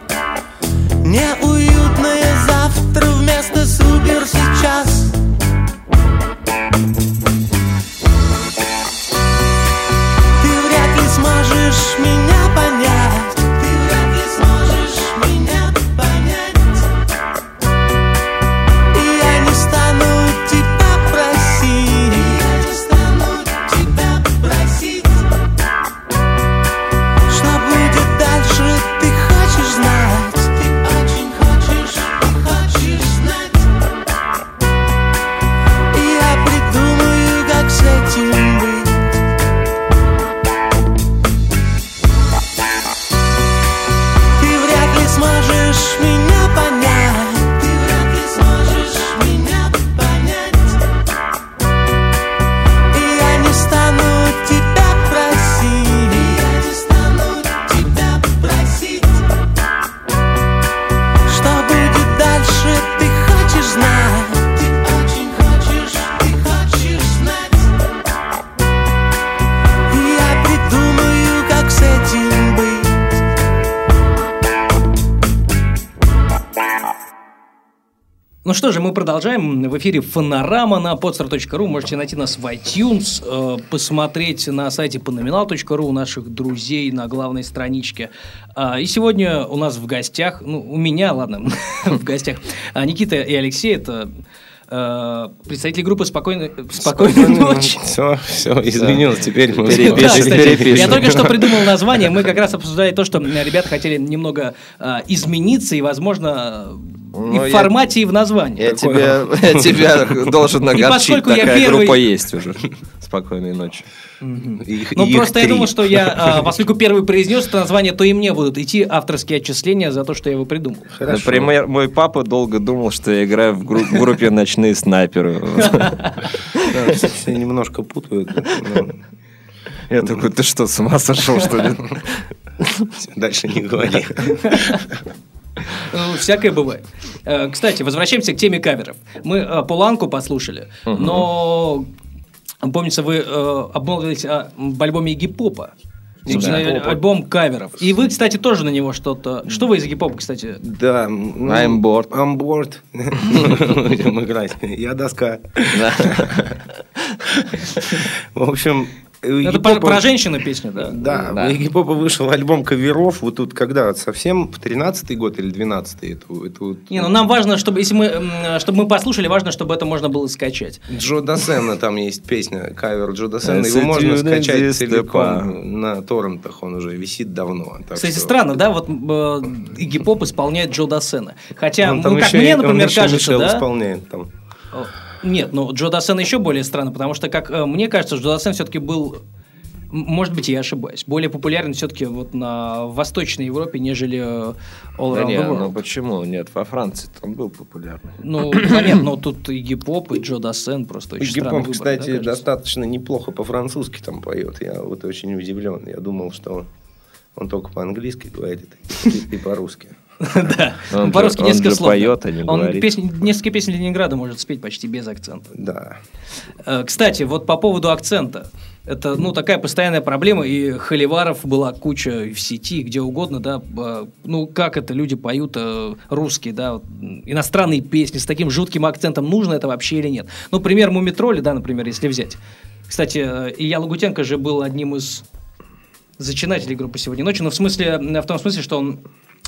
Speaker 3: Ну что же, мы продолжаем. В эфире «Фонорама» на podstar.ru. Можете найти нас в iTunes, посмотреть на сайте ponominal.ru у наших друзей на главной страничке. И сегодня у нас в гостях, у меня, ладно, в гостях Никита и Алексей. Это представители группы «Спокойной ночи».
Speaker 4: Все, извинился, теперь мы
Speaker 5: перепишем.
Speaker 3: Я только что придумал название. Мы как раз обсуждали то, что ребята хотели немного измениться и, возможно, и в формате, и в названии.
Speaker 5: Я тебя должен огорчить, такая группа есть уже. «Спокойной ночи».
Speaker 3: Просто я думал, что я, поскольку первый произнес это название, то и мне будут идти авторские отчисления за то, что я его придумал.
Speaker 5: Например, мой папа долго думал, что я играю в группе «Ночные снайперы».
Speaker 4: Все немножко путают.
Speaker 5: Я такой, ты что, с ума сошел, что ли?
Speaker 4: Дальше не говори.
Speaker 3: Всякое бывает. Кстати, возвращаемся к теме каверов. Мы «Пуланку» послушали, но... Помнится, вы обмолвились об альбоме Игги Попа. Альбом каверов. И вы, кстати, тоже на него что-то... Что вы из Игги Попа, кстати?
Speaker 4: Да.
Speaker 5: I'm bored.
Speaker 4: I'm bored. Будем играть. Я доска. В общем...
Speaker 3: Это про женщину песня, да?
Speaker 4: Да, у Игги Попа вышел альбом каверов. Вот тут когда? Совсем в 13-й год или 12-й?
Speaker 3: Не, нам важно, чтобы мы послушали, важно, чтобы это можно было скачать.
Speaker 4: Джо Дассена, там есть песня, кавер Джо Дассена. Его можно скачать целиком на торрентах. Он уже висит давно.
Speaker 3: Кстати, странно, да? Вот Игги Поп исполняет Джо Дассена. Хотя, как мне, например, кажется, да?
Speaker 4: Исполняет там.
Speaker 3: Нет, Джо Дассен еще более странно, потому что, как мне кажется, Джо Дассен все-таки был, может быть, я ошибаюсь, более популярен все-таки вот в Восточной Европе, нежели All Around the World.
Speaker 5: Ну почему? Нет, во Франции он был популярный.
Speaker 3: Понятно, но тут Игги Поп и Джо Дассен просто очень странный выбор.
Speaker 4: Игги Поп, кстати, достаточно неплохо по-французски там поет. Я вот очень удивлен. Я думал, что он только по-английски говорит и по-русски.
Speaker 3: Да, по-русски несколько слов.
Speaker 5: Поет, а не говорит.
Speaker 3: Несколько песен Ленинграда может спеть почти без акцента.
Speaker 4: Да.
Speaker 3: Кстати, вот по поводу акцента. Это, такая постоянная проблема, и холиваров была куча в сети, где угодно, да. Как это люди поют русские, да, иностранные песни с таким жутким акцентом, нужно это вообще или нет? Пример Мумитроли, да, например, если взять. Кстати, Илья Лагутенко же был одним из зачинателей группы «Сегодня ночью», в том смысле, что он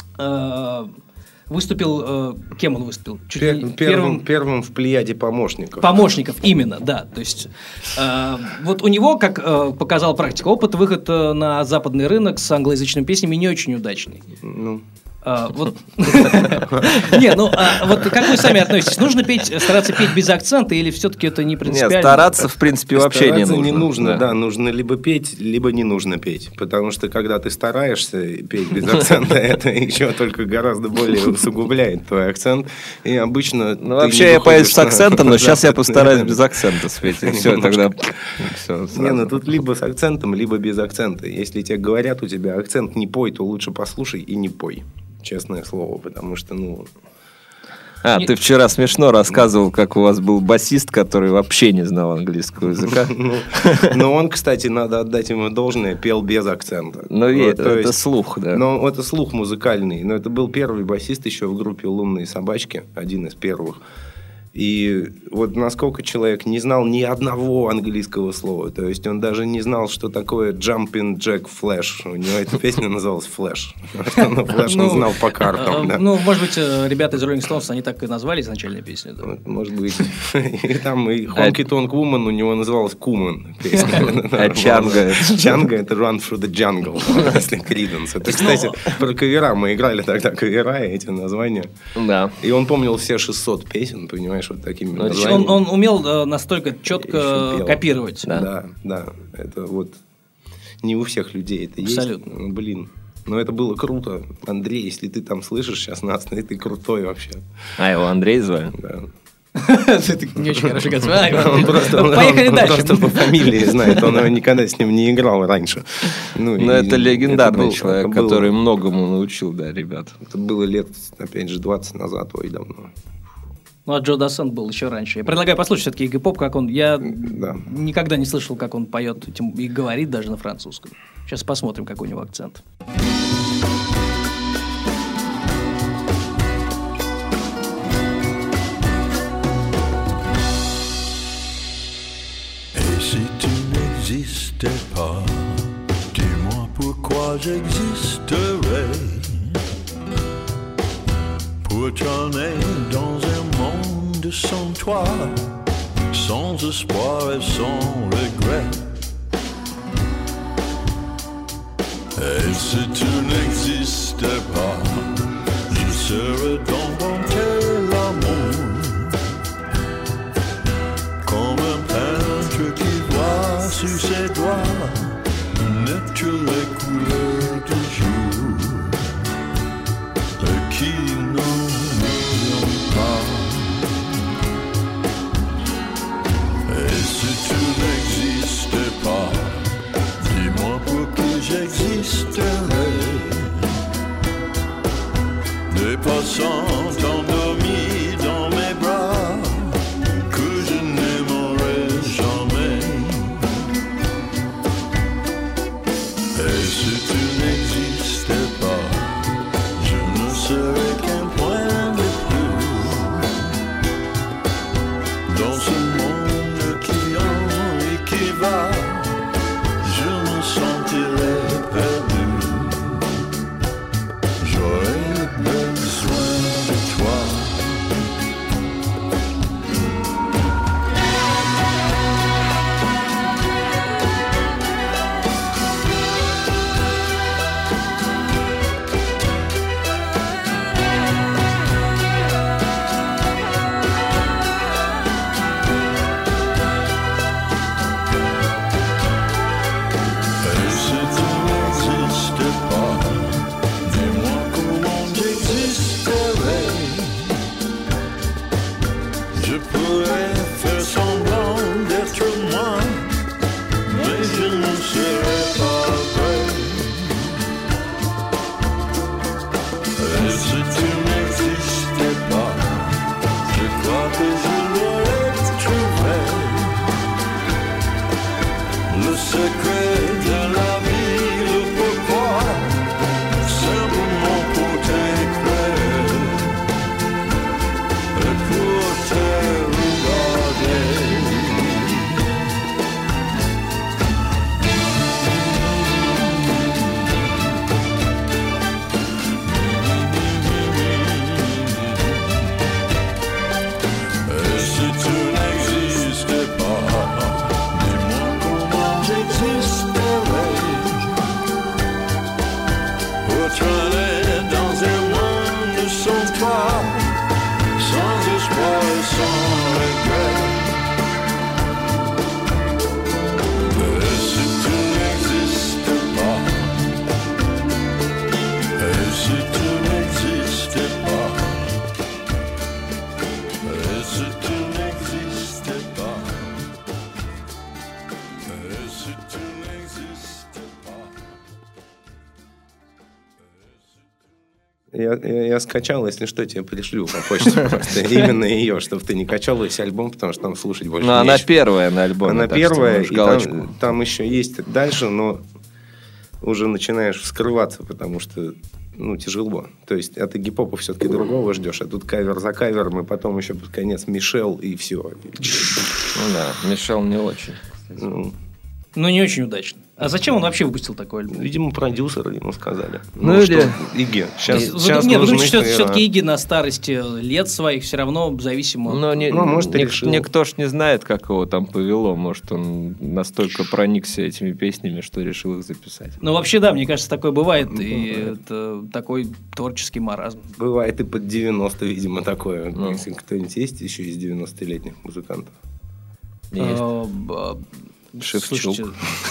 Speaker 3: выступил... Кем он выступил?
Speaker 4: Первым в плеяде помощников.
Speaker 3: Помощников, именно, да. То есть, вот у него, как показала практика, опыт выхода на западный рынок с англоязычными песнями не очень удачный. Вот как вы сами относитесь? Нужно стараться петь без акцента или все-таки это не принципиально?
Speaker 5: Нет, стараться в принципе вообще не нужно.
Speaker 4: Не нужно, да, нужно либо петь, либо не нужно петь. Потому что когда ты стараешься петь без акцента, это еще только гораздо более усугубляет твой акцент. И обычно...
Speaker 5: Вообще я пою с акцентом, но сейчас я постараюсь без акцента спеть. Все, тогда...
Speaker 4: Тут либо с акцентом, либо без акцента. Если тебе говорят, у тебя акцент не пой, то лучше послушай и не пой. Честное слово, потому что,
Speaker 5: ты вчера смешно рассказывал, как у вас был басист, который вообще не знал английского языка.
Speaker 4: Но он, кстати, надо отдать ему должное, пел без акцента.
Speaker 5: Это слух, да.
Speaker 4: Но это слух музыкальный. Но это был первый басист еще в группе «Лунные собачки», один из первых. И вот насколько человек не знал ни одного английского слова. То есть он даже не знал, что такое Jumping Jack Flash. У него эта песня называлась Flash. Flash он знал по картам.
Speaker 3: Может быть, ребята из Rolling Stones, они так и назвали изначальную песню.
Speaker 4: Может быть. И там и Honky Tonk Woman у него называлась Куман.
Speaker 5: А Чанга?
Speaker 4: Чанга это Run Through the Jungle. Если Creedence. Это, кстати, про кавера. Мы играли тогда кавера, эти названия.
Speaker 5: Да.
Speaker 4: И он помнил все 600 песен, понимаешь, вот такими названиями.
Speaker 3: Он умел настолько четко копировать.
Speaker 4: Да. Это вот не у всех людей это есть.
Speaker 3: Абсолютно.
Speaker 4: Но это было круто. Андрей, если ты там слышишь сейчас нас, ты крутой вообще.
Speaker 5: Его Андрей звали?
Speaker 4: Да.
Speaker 3: Это не очень хорошо говорится.
Speaker 4: Поехали дальше. Он просто по фамилии знает. Он никогда с ним не играл раньше.
Speaker 5: Но это легендарный человек, который многому научил, да, ребят.
Speaker 4: Это было лет, опять же, 20 назад, давно.
Speaker 3: А Джо Дассен был еще раньше. Я предлагаю послушать все-таки Игги Поп, как он... Я никогда не слышал, как он поет и говорит даже на французском. Сейчас посмотрим, какой у него акцент.
Speaker 8: n'existais pas, dis-moi pourquoi j'existerais. Pour tourner dans un monde sans toi, sans espoir et sans regret. Et si tu n'existais pas, je serais dans quel amour, comme un peintre qui voit sur ses doigts naître les couleurs du jour, et qui n'oublions pas. Et si tu n'existais pas, dis-moi pour qui j'existerais. Des passants endormis dans mes bras que je n'aimerais jamais. Et si tu n'existais pas, je ne serais qu'un point de plus dans ce monde qui en et qui va. Je me sentirais perdu. J'aurais besoin de toi. Et si tu n'existais pas, dis-moi comment j'existerais. Je pourrais faire semblant d'être moi, mais je ne serais pas vrai. Et si tu n'existais pas, je crois que je l'aurais trouvé. Le secret de la vie, le pourquoi, simplement pour t'éclairer et pour te regarder. Et si tu n'existais pas, dis-moi comment j'existerais. Pour traîner dans un monde sans toi, sans espoir et sans regret. Et si tu n'existais pas, et si tu n'existais pas, et si tu n'existais pas, et si tu n'existais pas.
Speaker 4: Я скачал, если что, тебе пришлю по почте просто. Именно ее, чтобы ты не качал весь альбом, потому что там слушать больше
Speaker 5: Но она
Speaker 4: нечего.
Speaker 5: первая на альбоме.
Speaker 4: Она
Speaker 5: так что
Speaker 4: первая,
Speaker 5: можешь
Speaker 4: и
Speaker 5: галочку.
Speaker 4: там еще есть дальше, но уже начинаешь вскрываться, потому что тяжело. То есть от гип-хопа все-таки другого ждешь, а тут кавер за кавером, и потом еще под конец Мишел, и все.
Speaker 5: Ну да, Мишел не очень.
Speaker 3: Но не очень удачно. А зачем он вообще выпустил такой альбом?
Speaker 4: Видимо, продюсеры ему сказали.
Speaker 5: Или-
Speaker 4: что, Иги, сейчас
Speaker 3: Нет,
Speaker 4: нужны
Speaker 3: все-таки Иги на старости лет своих все равно зависимо.
Speaker 5: Но
Speaker 4: может, и решил.
Speaker 5: никто ж не знает, как его там повело. Может, он настолько проникся этими песнями, что решил их записать.
Speaker 3: Ну, вообще, да, мне кажется, такое бывает. И это такой творческий маразм.
Speaker 4: Бывает и под 90, видимо, такое. Если кто-нибудь есть еще из 90-летних музыкантов.
Speaker 5: Шевчук.
Speaker 3: Слушайте,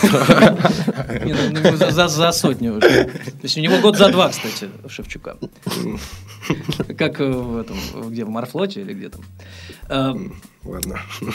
Speaker 3: за сотню уже. То есть у него год за два, кстати, Шевчука. Как в этом, где, в Морфлоте или где там.
Speaker 4: Ладно.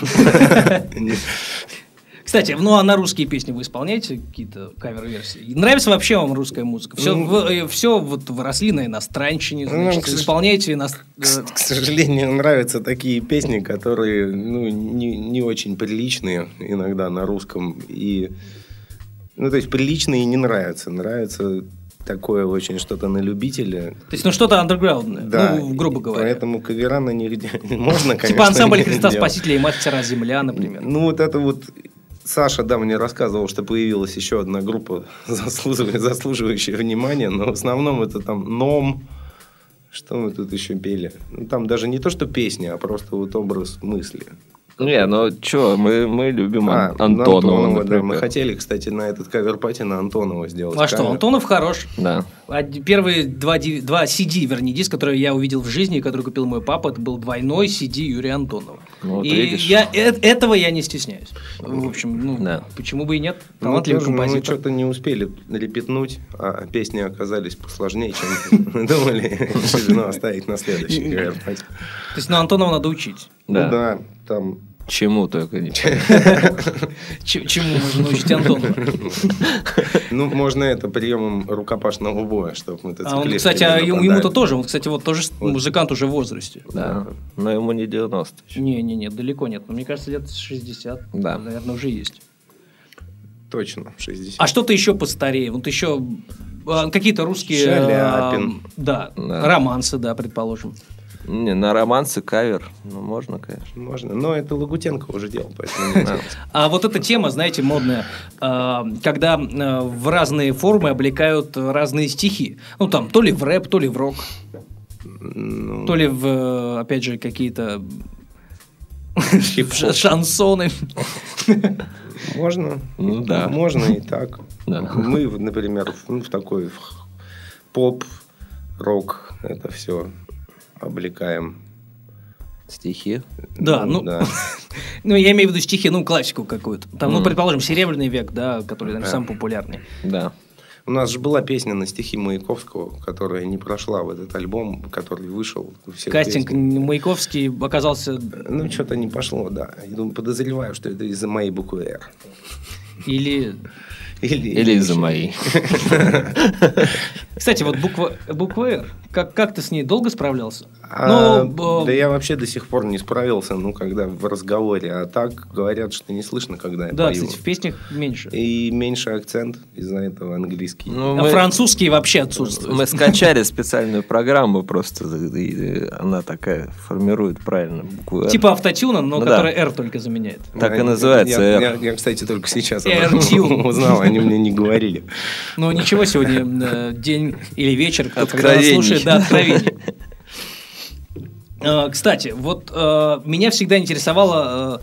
Speaker 3: Кстати, ну а на русские песни вы исполняете какие-то кавер-версии? Нравится вообще вам русская музыка? Все вот выросли на иностранщине, значит, исполняете
Speaker 4: К сожалению, нравятся такие песни, которые не очень приличные иногда на русском. И, то есть приличные не нравятся. Нравится такое очень что-то на любителя.
Speaker 3: То есть, что-то андерграундное,
Speaker 4: да,
Speaker 3: грубо говоря.
Speaker 4: Поэтому кавера на нигде можно, конечно.
Speaker 3: Типа ансамбль Христа Спасителя и Мать Цара Земля, например.
Speaker 4: Вот это вот Саша, да, мне рассказывал, что появилась еще одна группа, заслуживающая внимания, но в основном это там ном. Что мы тут еще пели? Ну, там даже не то, что песня, а просто вот образ мысли.
Speaker 5: Не, ну что, мы любим Антонова,
Speaker 4: да. Мы хотели, кстати, на этот кавер-пати на Антонова сделать.
Speaker 3: А что, Антонов хорош.
Speaker 5: Да.
Speaker 3: Первые два CD, вернее, диск, который я увидел в жизни, который купил мой папа, это был двойной CD Юрия Антонова.
Speaker 5: Вот,
Speaker 3: и
Speaker 5: видишь.
Speaker 3: этого я не стесняюсь. В общем,
Speaker 5: Да.
Speaker 3: почему бы и нет?
Speaker 4: Мы
Speaker 3: Талантливый композитор.
Speaker 4: Мы что-то не успели репетнуть, а песни оказались посложнее, чем мы думали. Решили оставить на следующий кавер-пати.
Speaker 3: То есть, Антонова надо учить.
Speaker 5: Да.
Speaker 4: Ну да, там...
Speaker 5: Чему только не.
Speaker 3: Чему можно научить Антонова?
Speaker 4: Ну, можно это приемом рукопашного боя, чтобы мотоциклисты...
Speaker 3: Он, кстати, ему-то тоже. Он, кстати, вот тоже музыкант уже в возрасте.
Speaker 5: Да. Но ему не 90 еще.
Speaker 3: Не, далеко нет. Но мне кажется, лет 60,
Speaker 5: Да.
Speaker 3: наверное, уже есть.
Speaker 4: Точно, 60.
Speaker 3: А что-то еще постарее? Вот еще какие-то русские...
Speaker 4: Шаляпин.
Speaker 3: Да,
Speaker 5: Да.
Speaker 3: романсы, да, предположим.
Speaker 5: Не, на романсы кавер. Ну, можно, конечно.
Speaker 4: Можно, но это Лагутенко уже делал, поэтому не делать.
Speaker 3: А вот эта тема, знаете, модная, когда в разные формы облекают разные стихи. Ну, там, то ли в рэп, то ли в рок, то ли в, опять же, какие-то шансоны.
Speaker 4: Можно.
Speaker 5: Ну, да.
Speaker 4: Можно и так.
Speaker 5: Да.
Speaker 4: Мы, например, в такой поп, рок, это все облекаем.
Speaker 5: Стихи.
Speaker 3: Да,
Speaker 4: да.
Speaker 3: ну, я имею в виду стихи, ну, классику какую-то. Там, ну, предположим, «Серебряный век», да, который, наверное, самый популярный.
Speaker 5: Да.
Speaker 4: У нас же была песня на стихи Маяковского, которая не прошла в этот альбом, который вышел.
Speaker 3: Кастинг Маяковский оказался...
Speaker 4: Ну, что-то не пошло, да. Я думаю, подозреваю, что это из-за моей буквы «Р».
Speaker 3: Или
Speaker 5: из-за моей.
Speaker 3: Кстати, вот буква «Р», как ты с ней долго справлялся?
Speaker 4: Да я вообще до сих пор не справился, когда в разговоре. А так говорят, что не слышно, когда я
Speaker 3: да,
Speaker 4: пою.
Speaker 3: кстати, в песнях меньше.
Speaker 4: И меньше акцент, из-за этого английский.
Speaker 5: Ну,
Speaker 3: А французский вообще отсутствует.
Speaker 5: Мы скачали специальную программу просто, и она такая формирует правильно букву «Р».
Speaker 3: Типа автотюна, но
Speaker 5: Ну,
Speaker 3: которая
Speaker 5: да.
Speaker 3: «Р» только заменяет.
Speaker 5: Так и называется «Р».
Speaker 4: Я, кстати, только сейчас
Speaker 3: R-tune.
Speaker 4: узнал, они мне не говорили.
Speaker 3: Ну, ничего, сегодня день или вечер, когда нас
Speaker 5: Откровений.
Speaker 3: слушает, да, откровений. Кстати, вот меня всегда интересовало,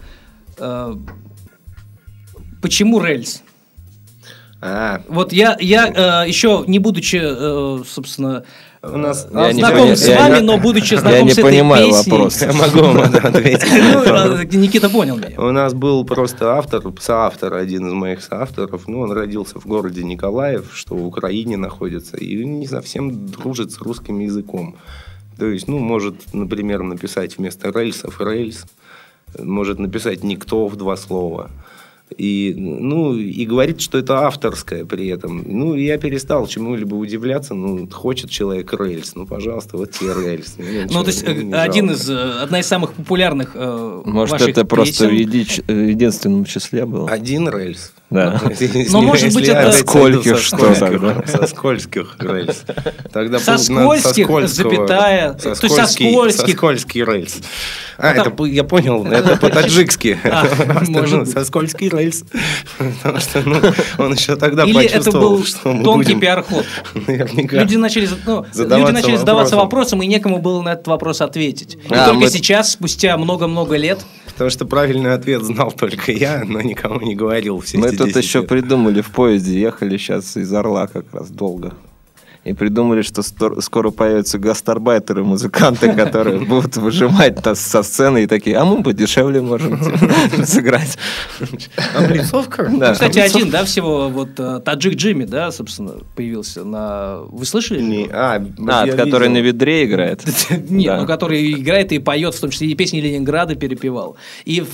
Speaker 3: почему рельс? Вот я еще не будучи, собственно, знаком с вами, но будучи знаком с этой песней...
Speaker 5: Я не понимаю вопрос.
Speaker 4: Я могу вам ответить.
Speaker 3: Никита понял меня.
Speaker 4: У нас был просто соавтор, один из моих соавторов. Он родился в городе Николаев, что в Украине находится, и не совсем дружит с русским языком. То есть, может, например, написать вместо рельсов «рельс», может написать «никто» в 2 слова. И говорит, что это авторское при этом. Я перестал чему-либо удивляться. Хочет человек рельс. Пожалуйста, вот тебе рельс.
Speaker 3: То есть, одна из самых популярных
Speaker 5: Может,
Speaker 3: ваших
Speaker 5: это просто в
Speaker 3: песен.
Speaker 5: единственном числе было?
Speaker 4: Один рельс.
Speaker 5: Да.
Speaker 3: Но, может быть, это...
Speaker 5: Скольких что тогда?
Speaker 4: Со скользких рельс. Тогда
Speaker 3: Со скользких, запятая... То есть, со скользких.
Speaker 4: Со скользкий рельс. Это я понял, это по-таджикски. Со скользкий рельс. Потому что он еще тогда почувствовал, что мы
Speaker 3: или это был тонкий
Speaker 4: будем...
Speaker 3: пиар-ход.
Speaker 4: Наверняка.
Speaker 3: Люди начали задаваться вопросом, и некому было на этот вопрос ответить. И только сейчас, спустя много-много лет...
Speaker 4: Потому что правильный ответ знал только я, но никому не говорил все
Speaker 5: Мы
Speaker 4: эти
Speaker 5: тут
Speaker 4: 10
Speaker 5: еще
Speaker 4: лет.
Speaker 5: придумали в поезде, ехали сейчас из Орла как раз долго. И придумали, что скоро появятся гастарбайтеры, музыканты, которые будут выжимать со сцены и такие, а мы подешевле можем сыграть.
Speaker 4: Облицовка?
Speaker 5: Да.
Speaker 3: Кстати, один, да, всего, вот Таджик Джимми, да, собственно, появился на... Вы слышали?
Speaker 5: Который на ведре играет.
Speaker 3: Нет, ну который играет и поет, в том числе и песни Ленинграда перепевал. И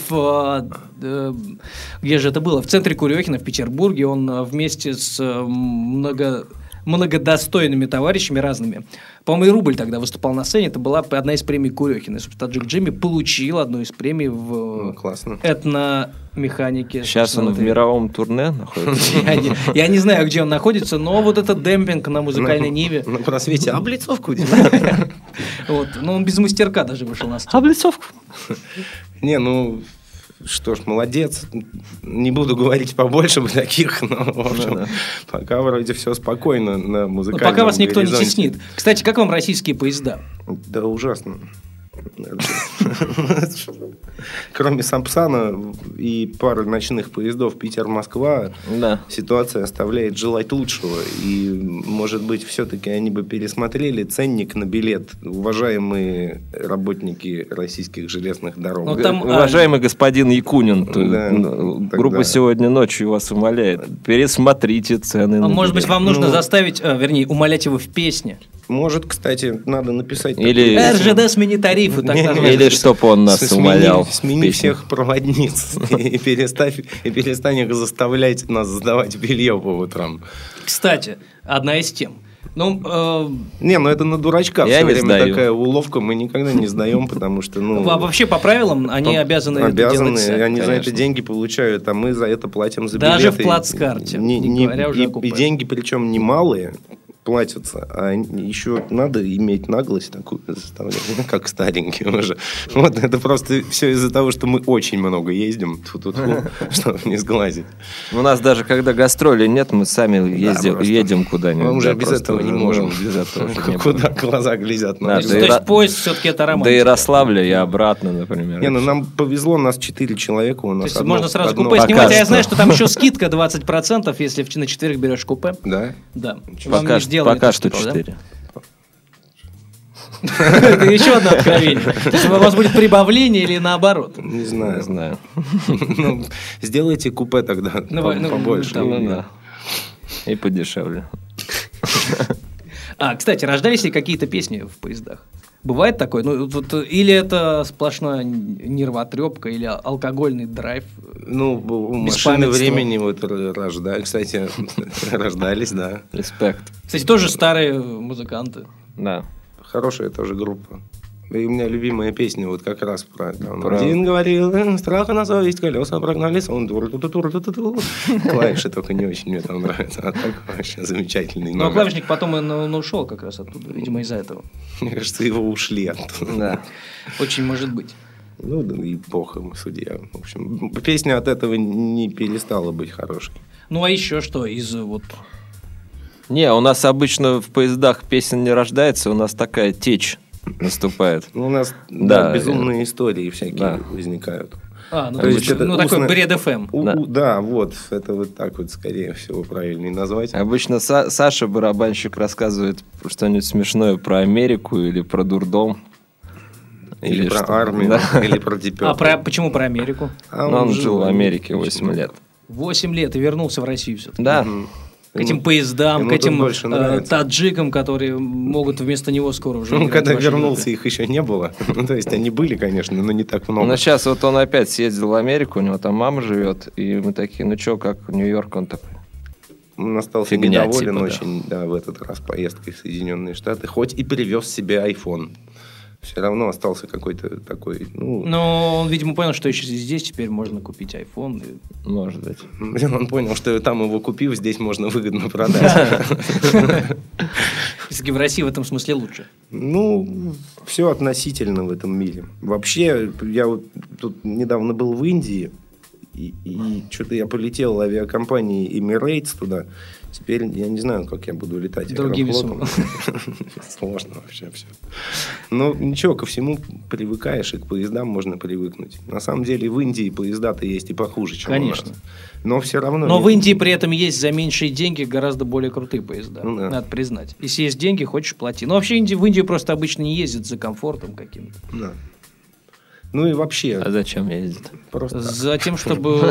Speaker 3: где же это было? В центре Курехина, в Петербурге, он вместе с многодостойными товарищами разными. По-моему, и Рубль тогда выступал на сцене. Это была одна из премий Курехина. Таджик Джимми получил одну из премий в этномеханике.
Speaker 5: Сейчас он в мировом турне находится.
Speaker 3: Я не знаю, где он находится, но вот этот демпинг на музыкальной ниве.
Speaker 4: На просвете облицовку
Speaker 3: Вот. Ну, он без мастерка даже вышел на сцену.
Speaker 5: Облицовку.
Speaker 4: Не, Что ж, молодец. Не буду говорить побольше бы таких, но, в общем, пока вроде все спокойно на музыкальном
Speaker 3: Пока вас никто не
Speaker 4: горизонте.
Speaker 3: теснит. Кстати, как вам российские поезда?
Speaker 4: Да ужасно. Кроме Сапсана и пары ночных поездов Питер-Москва,
Speaker 5: Да.
Speaker 4: ситуация оставляет желать лучшего. И, может быть, все-таки они бы пересмотрели ценник на билет, уважаемые работники российских железных дорог.
Speaker 3: Ну, там,
Speaker 5: Уважаемый господин Якунин,
Speaker 4: Да,
Speaker 5: группа
Speaker 4: тогда.
Speaker 5: «Сегодня ночью» вас умоляет. Пересмотрите цены. на
Speaker 3: Может быть,
Speaker 5: билет.
Speaker 3: вам нужно заставить, вернее, умолять его в песне.
Speaker 4: Может, кстати, надо написать...
Speaker 5: Или-
Speaker 4: такую песню.
Speaker 3: РЖД смени тарифы. Так
Speaker 4: Не,
Speaker 3: назвать.
Speaker 5: Или чтоб он нас умолял. в
Speaker 4: Смени
Speaker 5: песне.
Speaker 4: всех проводниц и перестань их заставлять нас сдавать белье по утрам.
Speaker 3: Кстати, одна из тем. Ну,
Speaker 4: Не, ну это на дурачка
Speaker 5: Я
Speaker 4: все
Speaker 5: не
Speaker 4: время
Speaker 5: сдаю.
Speaker 4: такая уловка, мы никогда не сдаем, потому что, ну...
Speaker 3: а вообще по правилам они обязаны это делать
Speaker 4: Обязаны,
Speaker 3: сами.
Speaker 4: они за это
Speaker 5: конечно.
Speaker 4: деньги получают, а мы за это платим за
Speaker 3: Даже
Speaker 4: билеты.
Speaker 3: в плацкарте, не говоря уже о купе.
Speaker 4: И деньги, причем немалые, платятся, а еще надо иметь наглость такую заставлять, как старенькие уже. Вот это просто все из-за того, что мы очень много ездим, чтобы не сглазить.
Speaker 5: У нас даже когда гастролей нет, мы сами
Speaker 4: просто.
Speaker 5: едем куда-нибудь.
Speaker 4: Мы уже
Speaker 5: Да,
Speaker 4: без
Speaker 5: просто,
Speaker 4: этого не
Speaker 5: ну,
Speaker 4: можем.
Speaker 5: без этого уже не
Speaker 4: Куда глаза глядят.
Speaker 5: Да,
Speaker 3: То есть поезд все-таки это романтика.
Speaker 5: До Ярославля и обратно, например.
Speaker 4: Не, ну нам повезло, нас 4 человека. У
Speaker 3: То
Speaker 4: нас
Speaker 3: есть
Speaker 4: одно-
Speaker 3: можно сразу
Speaker 4: одно-
Speaker 3: купе
Speaker 5: Пока
Speaker 3: снимать, а я
Speaker 5: что.
Speaker 3: знаю, что там еще скидка 20%, если на четверг берешь купе.
Speaker 4: Да?
Speaker 3: Да. Вам
Speaker 5: Пока,
Speaker 3: не сделали
Speaker 5: пока
Speaker 3: эту
Speaker 5: что
Speaker 3: скидку, да?
Speaker 5: 4.
Speaker 3: Это еще одно откровение. То есть у вас будет прибавление или наоборот?
Speaker 4: Не знаю.
Speaker 5: Не знаю.
Speaker 4: Ну, сделайте купе тогда побольше.
Speaker 3: там,
Speaker 5: Ну да. И подешевле.
Speaker 3: Кстати, рождались ли какие-то песни в поездах? Бывает такое? Ну, вот, или это сплошная нервотрепка, или алкогольный драйв?
Speaker 4: Ну, машины
Speaker 3: Беспамятство.
Speaker 4: времени вот рождались, кстати, рождались, да.
Speaker 5: Респект.
Speaker 3: Кстати, тоже старые музыканты.
Speaker 5: Да.
Speaker 4: Хорошая тоже группа. И у меня любимая песня вот как раз про... Там,
Speaker 5: Про-
Speaker 4: Один говорил, страха на совесть, колеса прогнались, он тур-ту-ту-тур-ту-ту-ту. Клавиши только не очень мне там нравятся, а так вообще замечательный
Speaker 3: Но
Speaker 4: номер.
Speaker 3: клавишник потом он ушел как раз оттуда, видимо, из-за этого.
Speaker 4: Мне кажется, его ушли оттуда.
Speaker 5: Да.
Speaker 3: Очень может быть.
Speaker 4: Ну, да и бог ему судья. В общем, песня от этого не перестала быть хорошей.
Speaker 3: Ну, а еще что из вот...
Speaker 5: Не, у нас обычно в поездах песен не рождается, у нас такая течь наступает.
Speaker 4: Ну, у нас
Speaker 5: Да,
Speaker 4: безумные истории всякие
Speaker 5: да.
Speaker 4: возникают.
Speaker 3: то
Speaker 4: То
Speaker 3: есть,
Speaker 4: есть это
Speaker 3: такой
Speaker 4: устно-
Speaker 3: бред ФМ.
Speaker 4: Да, вот, это вот так вот, скорее всего, правильнее назвать.
Speaker 5: Обычно Саша, барабанщик, рассказывает что-нибудь смешное про Америку или про дурдом.
Speaker 4: Или про
Speaker 5: что.
Speaker 4: армию,
Speaker 5: Да.
Speaker 4: или про Deep
Speaker 3: Почему про Америку?
Speaker 5: Но он жил в Америке 8 лет.
Speaker 3: 8 лет и вернулся в Россию все-таки.
Speaker 5: Да.
Speaker 3: К этим поездам,
Speaker 4: ему
Speaker 3: к этим
Speaker 4: тут больше нравится.
Speaker 3: таджикам, которые могут вместо него скоро уже...
Speaker 4: Ну,
Speaker 3: играть
Speaker 4: когда
Speaker 3: в вашей
Speaker 4: вернулся,
Speaker 3: группе.
Speaker 4: их еще не было. Ну, то есть, они были, конечно, но не так много.
Speaker 5: Но сейчас вот он опять съездил в Америку, у него там мама живет, и мы такие, ну что, как Нью-Йорк, он такой.
Speaker 4: Он остался
Speaker 5: Фигня,
Speaker 4: недоволен
Speaker 5: типа, да.
Speaker 4: очень, да, в этот раз поездкой в Соединенные Штаты. Хоть и привез себе iPhone. Все равно остался какой-то такой, ну...
Speaker 3: Но он, видимо, понял, что еще здесь теперь можно купить iPhone.
Speaker 5: Может быть.
Speaker 4: Он понял, что там его купив, здесь можно выгодно продать.
Speaker 3: Все-таки в России в этом смысле лучше.
Speaker 4: Ну, все относительно в этом мире. Вообще, я вот тут недавно был в Индии, и что-то я полетел в авиакомпании Emirates туда. Теперь я не знаю, как я буду летать
Speaker 3: Другими
Speaker 4: аэрофлотом. Сложно вообще все. Но ничего, ко всему привыкаешь, и к поездам можно привыкнуть. На самом деле в Индии поезда-то есть и похуже, чем
Speaker 3: Конечно.
Speaker 4: у нас. Но все равно...
Speaker 3: Но в Индии при этом есть за меньшие деньги гораздо более крутые поезда.
Speaker 4: Ну да.
Speaker 3: Надо признать. Если есть деньги, хочешь плати. Но вообще в Индию просто обычно не ездят за комфортом каким-то.
Speaker 4: Да. Ну и вообще,
Speaker 5: А зачем ездит?
Speaker 4: просто...
Speaker 3: За тем, чтобы...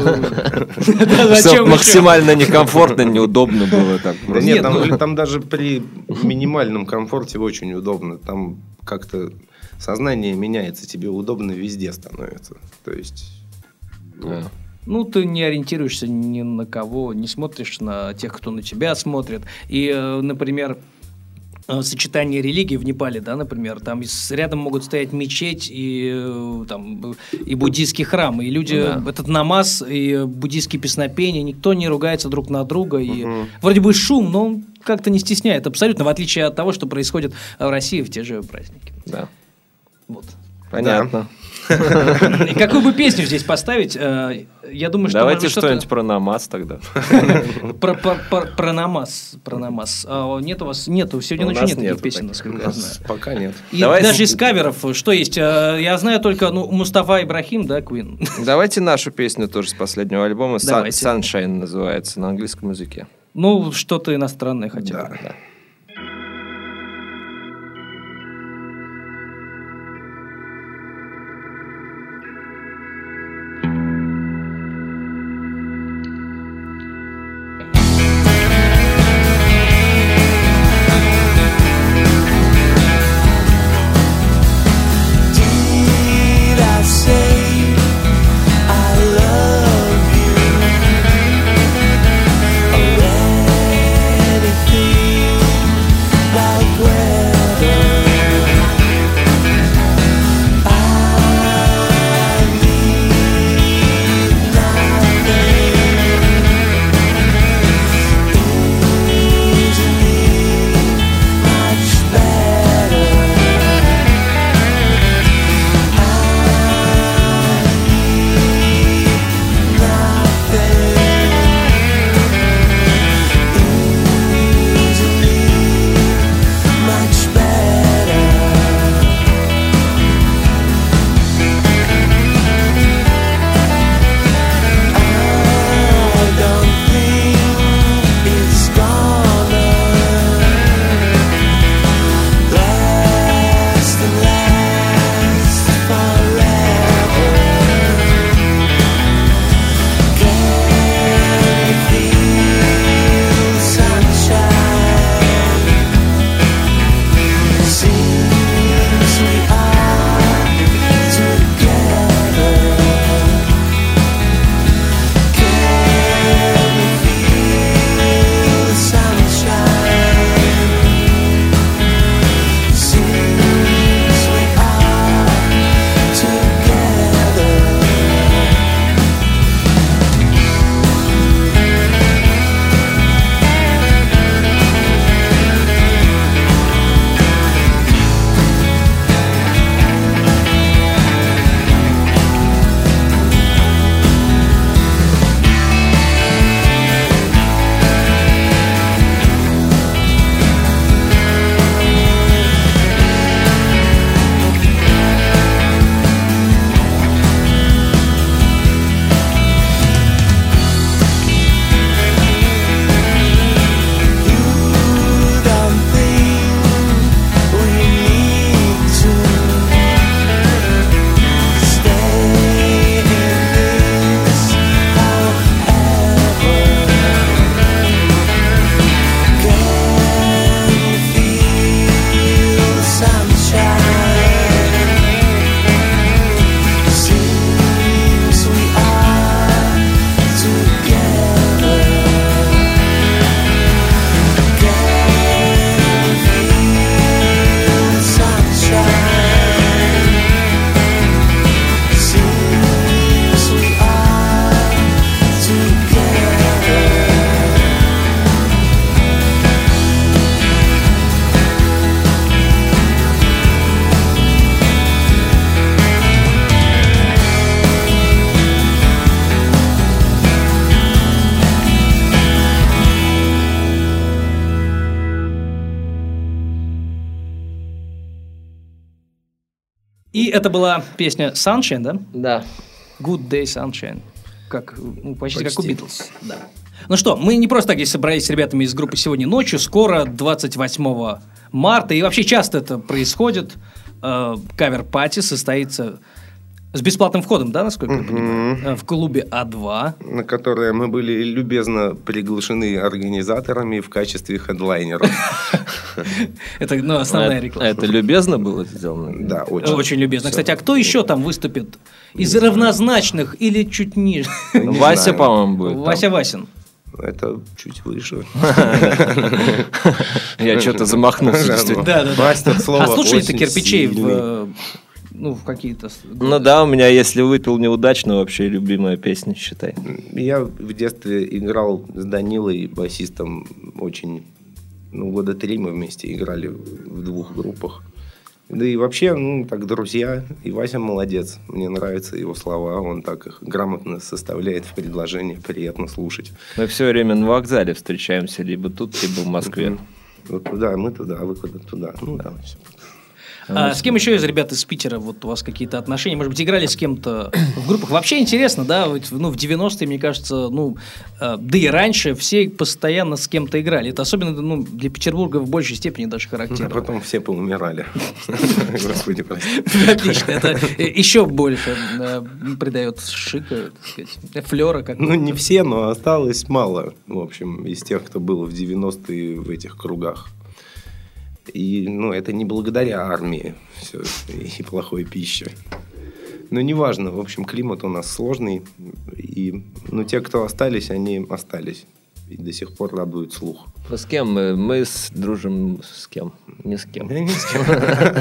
Speaker 5: Чтобы максимально некомфортно, неудобно было так.
Speaker 4: Да
Speaker 5: просто.
Speaker 4: нет,
Speaker 3: Нет,
Speaker 4: там даже при минимальном комфорте очень удобно. Там как-то сознание меняется, тебе удобно везде становится. То есть...
Speaker 5: Да.
Speaker 3: Ну, ты не ориентируешься ни на кого, не смотришь на тех, кто на тебя смотрит. И, например, сочетание религий в Непале, да, например, там рядом могут стоять мечеть и, там, и буддийский храм. И люди, этот намаз и буддийские песнопения, никто не ругается друг на друга. И вроде бы шум, но он как-то не стесняет абсолютно, в отличие от того, что происходит в России в те же праздники.
Speaker 5: Да.
Speaker 3: Вот.
Speaker 5: Понятно.
Speaker 3: И какую бы песню здесь поставить? Я думаю, что...
Speaker 5: Давайте что-нибудь про намаз тогда.
Speaker 3: Про намаз. Нет у вас... Нету. Сегодня ночью нет таких песен, насколько я знаю.
Speaker 4: Пока нет.
Speaker 3: И даже из каверов, что есть? Я знаю только Мустафа Ибрахим, да, Queen.
Speaker 5: Давайте нашу песню тоже с последнего альбома.
Speaker 3: Давайте.
Speaker 5: Sunshine называется на английском языке.
Speaker 3: Ну, что-то иностранное хотя бы.
Speaker 5: Да.
Speaker 7: Did I say I love you? Already feel like weather. I need nothing. Easily much better. Much better. I don't think it's gonna last and last forever. Can you feel sunshine? Seems we are together. Can you feel sunshine? Seems we are together. You don't think we need to stay in this forever? Can you feel sunshine? Seems we are together. Can you feel sunshine? Seems we are together.
Speaker 3: И это была песня Sunshine, да?
Speaker 5: Да.
Speaker 3: Good Day Sunshine. Почти как у Битлз. Да. Ну что, мы не просто так здесь собрались с ребятами из группы сегодня ночью. Скоро 28 марта. И вообще часто это происходит. Кавер-пати состоится с бесплатным входом, да, насколько я понимаю? В клубе А2.
Speaker 4: На которое мы были любезно приглашены организаторами в качестве хедлайнеров.
Speaker 3: Это основная реклама.
Speaker 5: Это любезно было сделано?
Speaker 4: Да, очень.
Speaker 3: Очень любезно. Кстати, а кто еще там выступит? Из равнозначных или чуть ниже?
Speaker 5: Вася,
Speaker 4: знаю.
Speaker 5: по-моему, будет.
Speaker 3: Вася Васин.
Speaker 4: Это чуть выше.
Speaker 5: Я что-то замахнулся, действительно.
Speaker 3: Да.
Speaker 4: Мастер слова.
Speaker 3: А слушали-то
Speaker 4: очень
Speaker 3: кирпичей
Speaker 4: сильный.
Speaker 3: в какие-то...
Speaker 5: Ну да, у меня «Если выпил неудачно» вообще любимая песня, считай.
Speaker 4: Я в детстве играл с Данилой, басистом, очень... года 3 мы вместе играли в 2 группах. Да и вообще, так, друзья. И Вася молодец. Мне нравятся его слова. Он так их грамотно составляет в предложение. Приятно слушать.
Speaker 5: Мы все время на вокзале встречаемся. Либо тут, либо в Москве.
Speaker 4: Вот туда, мы туда, а вы куда-то туда. Да.
Speaker 3: А с кем еще из ребят из Питера вот у вас какие-то отношения? Может быть, играли с кем-то в группах? Вообще интересно, да? В 90-е, мне кажется, да и раньше все постоянно с кем-то играли. Это особенно для Петербурга в большей степени даже характерно.
Speaker 4: А потом все поумирали. Господи, прости.
Speaker 3: Отлично. Это еще больше придает шика, так сказать, флера.
Speaker 4: Не все, но осталось мало, в общем, из тех, кто был в 90-е в этих кругах. И, это не благодаря армии все, и плохой пище. Но неважно, в общем, климат у нас сложный. И, те, кто остались, они остались. И до сих пор радует слух.
Speaker 5: Ну, с кем мы дружим? С кем? Ни с кем.
Speaker 4: Ни с кем.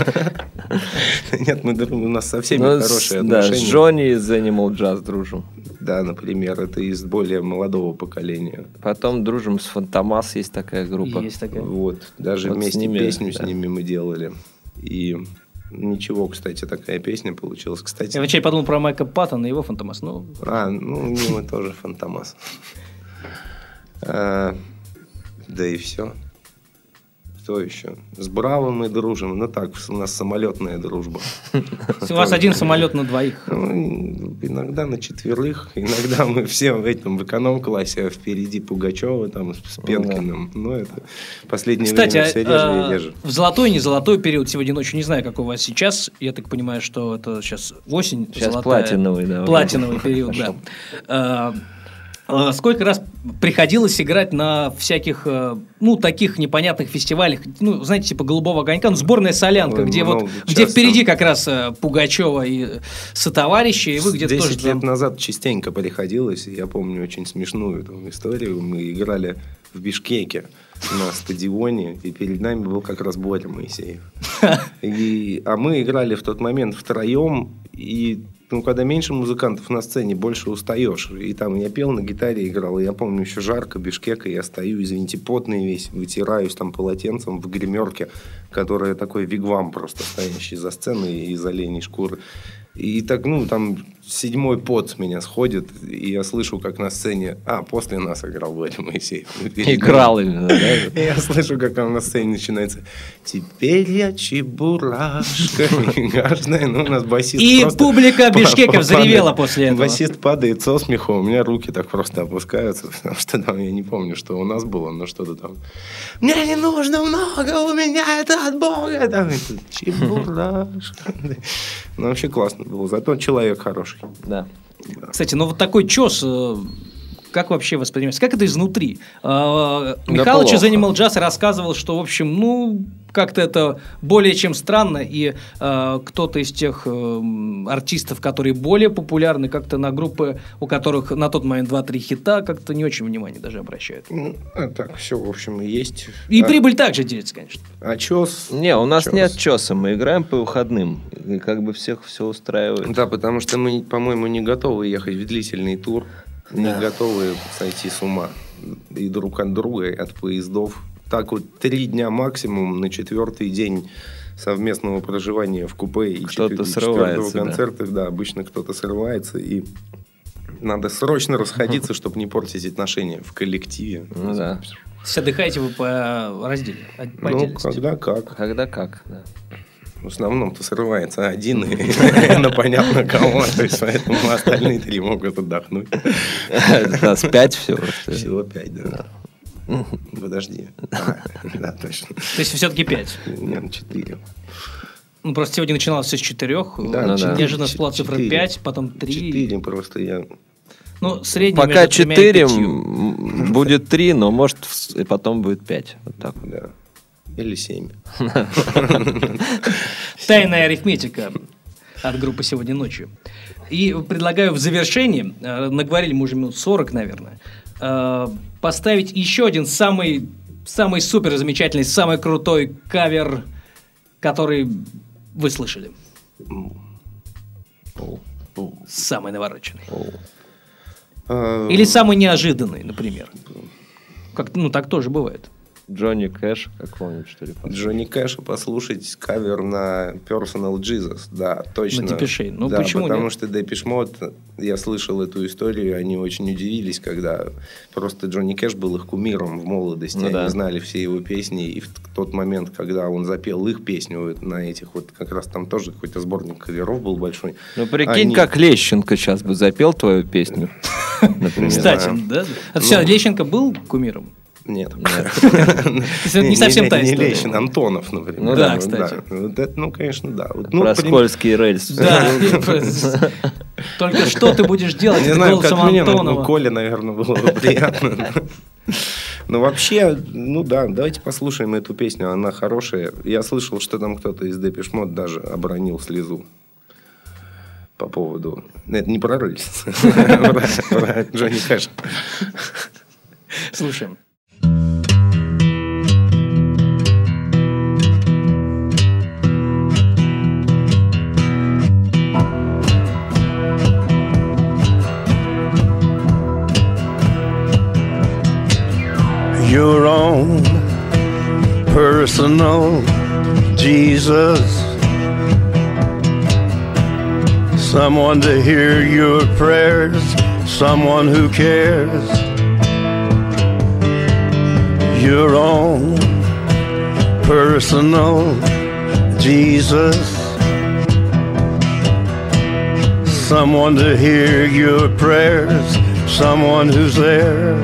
Speaker 4: Нет, у нас со всеми хорошие отношения.
Speaker 5: Да, с Джонни из Animal Jazz дружим.
Speaker 4: Да, например, это из более молодого поколения.
Speaker 5: Потом дружим с Фантомас, есть такая группа.
Speaker 3: Есть такая.
Speaker 4: Вот, даже
Speaker 5: вот
Speaker 4: вместе
Speaker 5: ними,
Speaker 4: песню с ними мы делали. И ничего, кстати, такая песня получилась. Кстати,
Speaker 3: я вначале подумал про Майка Паттона и его Фантомас.
Speaker 4: у него тоже Фантомас. Да и все. Кто еще? С Браво мы дружим. Так, у нас самолетная дружба.
Speaker 3: У вас один самолет на двоих.
Speaker 4: Иногда на четверых. Иногда мы все в эконом-классе. Впереди Пугачева там, с Пенкиным. Это последнее время все реже и реже.
Speaker 3: В золотой и не золотой период сегодня ночью, не знаю, как у вас сейчас. Я так понимаю, что это сейчас осень.
Speaker 5: Сейчас
Speaker 3: золотая,
Speaker 5: платиновый, да.
Speaker 3: Платиновый период, да. Сколько раз приходилось играть на всяких, таких непонятных фестивалях, знаете, типа «Голубого огонька», сборная солянка, где впереди как раз Пугачева и сотоварищи, и вы где-то
Speaker 4: 10
Speaker 3: тоже...
Speaker 4: лет назад частенько приходилось, я помню очень смешную историю, мы играли в Бишкеке на стадионе, и перед нами был как раз Боря Моисеев. А мы играли в тот момент втроем, и когда меньше музыкантов на сцене, больше устаешь. И там я пел, на гитаре играл. И я помню, еще жарко, Бишкека, я стою, извините, потный весь, вытираюсь там полотенцем в гримерке, которая такой вигвам просто стоящий за сценой из оленей шкуры. И так, там 7-й пот с меня сходит, и я слышу, как на сцене... после нас играл Боря Моисеев.
Speaker 5: Играл именно, да?
Speaker 4: Я слышу, как там на сцене начинается: «Теперь я чебурашка». У нас басист
Speaker 3: и публика Бишкека взревела после этого.
Speaker 4: Басист падает со смеху, у меня руки так просто опускаются, потому что там, я не помню, что у нас было, но что-то там: «Мне не нужно много, у меня это от Бога». Чебурашка. Вообще классно было, зато человек хороший.
Speaker 5: Да.
Speaker 3: Кстати, вот такой чес, как вообще воспринимается? Как это изнутри? Михалыч из Animal Jazz рассказывал, что, в общем, как-то это более чем странно, и кто-то из тех артистов, которые более популярны, как-то на группы, у которых на тот момент 2-3 хита, как-то не очень внимание даже обращают.
Speaker 4: Так, все, в общем, и есть.
Speaker 3: И прибыль также делится, конечно.
Speaker 4: А чес?
Speaker 5: Не, у нас нет чеса, мы играем по выходным, и как бы всех все устраивает.
Speaker 4: Да, потому что мы, по-моему, не готовы ехать в длительный тур, не готовы сойти с ума и друг от друга, и от поездов. Так вот 3 дня максимум, на 4-й день совместного проживания в купе и
Speaker 5: кто-то срывается,
Speaker 4: концертах, да, обычно кто-то срывается, и надо срочно расходиться, чтобы не портить отношения в коллективе.
Speaker 5: Да.
Speaker 3: То есть отдыхаете вы по разделе, по отдельности?
Speaker 4: Когда как,
Speaker 5: да.
Speaker 4: В основном-то срывается один, и понятно кого, то есть поэтому остальные 3 могут отдохнуть.
Speaker 5: Нас 5 всего.
Speaker 4: Всего 5, да. Подожди. Да, точно.
Speaker 3: То есть все-таки 5?
Speaker 4: Нет, 4.
Speaker 3: Просто сегодня начиналось все с 4. Неожиданно всплыла цифра 5, потом 3.
Speaker 4: 4 просто я...
Speaker 3: средний
Speaker 5: пока
Speaker 3: между
Speaker 5: 4, будет 3, но может и потом будет 5. Вот так.
Speaker 4: Да. Или 7.
Speaker 3: Тайная арифметика от группы «Сегодня ночью». И предлагаю в завершении, наговорили мы уже минут 40, наверное, поставить еще один самый супер замечательный, самый крутой кавер, который вы слышали. Самый навороченный. Или самый неожиданный, например. Так тоже бывает.
Speaker 5: Джонни Кэш какого-нибудь, что ли?
Speaker 4: Джонни Кэша послушать кавер на Personal Jesus, да, точно.
Speaker 3: На Депешей. Ну,
Speaker 4: да,
Speaker 3: почему
Speaker 4: потому
Speaker 3: нет?
Speaker 4: что Депеш Мод, я слышал эту историю, они очень удивились, когда просто Джонни Кэш был их кумиром в молодости,
Speaker 5: Ну, да.
Speaker 4: они знали все его песни, и в тот момент, когда он запел их песню на этих вот, как раз там тоже какой-то сборник каверов был большой.
Speaker 5: Ну, прикинь, как Лещенко сейчас бы запел твою песню. Например.
Speaker 3: Кстати, да? А все, Лещенко был кумиром?
Speaker 4: Нет.
Speaker 3: Не совсем та
Speaker 4: Не
Speaker 3: история.
Speaker 4: Лещин, Антонов, например.
Speaker 3: Ну да, кстати.
Speaker 4: Вот это, ну, конечно, да. Вот,
Speaker 5: Про скользкие рельсы.
Speaker 3: Да. Только что ты будешь делать
Speaker 4: Не знаю,
Speaker 3: голосом
Speaker 4: как мне,
Speaker 3: Антонова?
Speaker 4: ну, Коле, наверное, было бы приятно. Ну, вообще, ну да, давайте послушаем эту песню, она хорошая. Я слышал, что там кто-то из Депеш Мод даже оборонил слезу по поводу... Это не про рельс, про Джонни Кэша.
Speaker 3: Слушаем.
Speaker 8: Your own personal Jesus, someone to hear your prayers, someone who cares. Your own personal Jesus, someone to hear your prayers, someone who's there.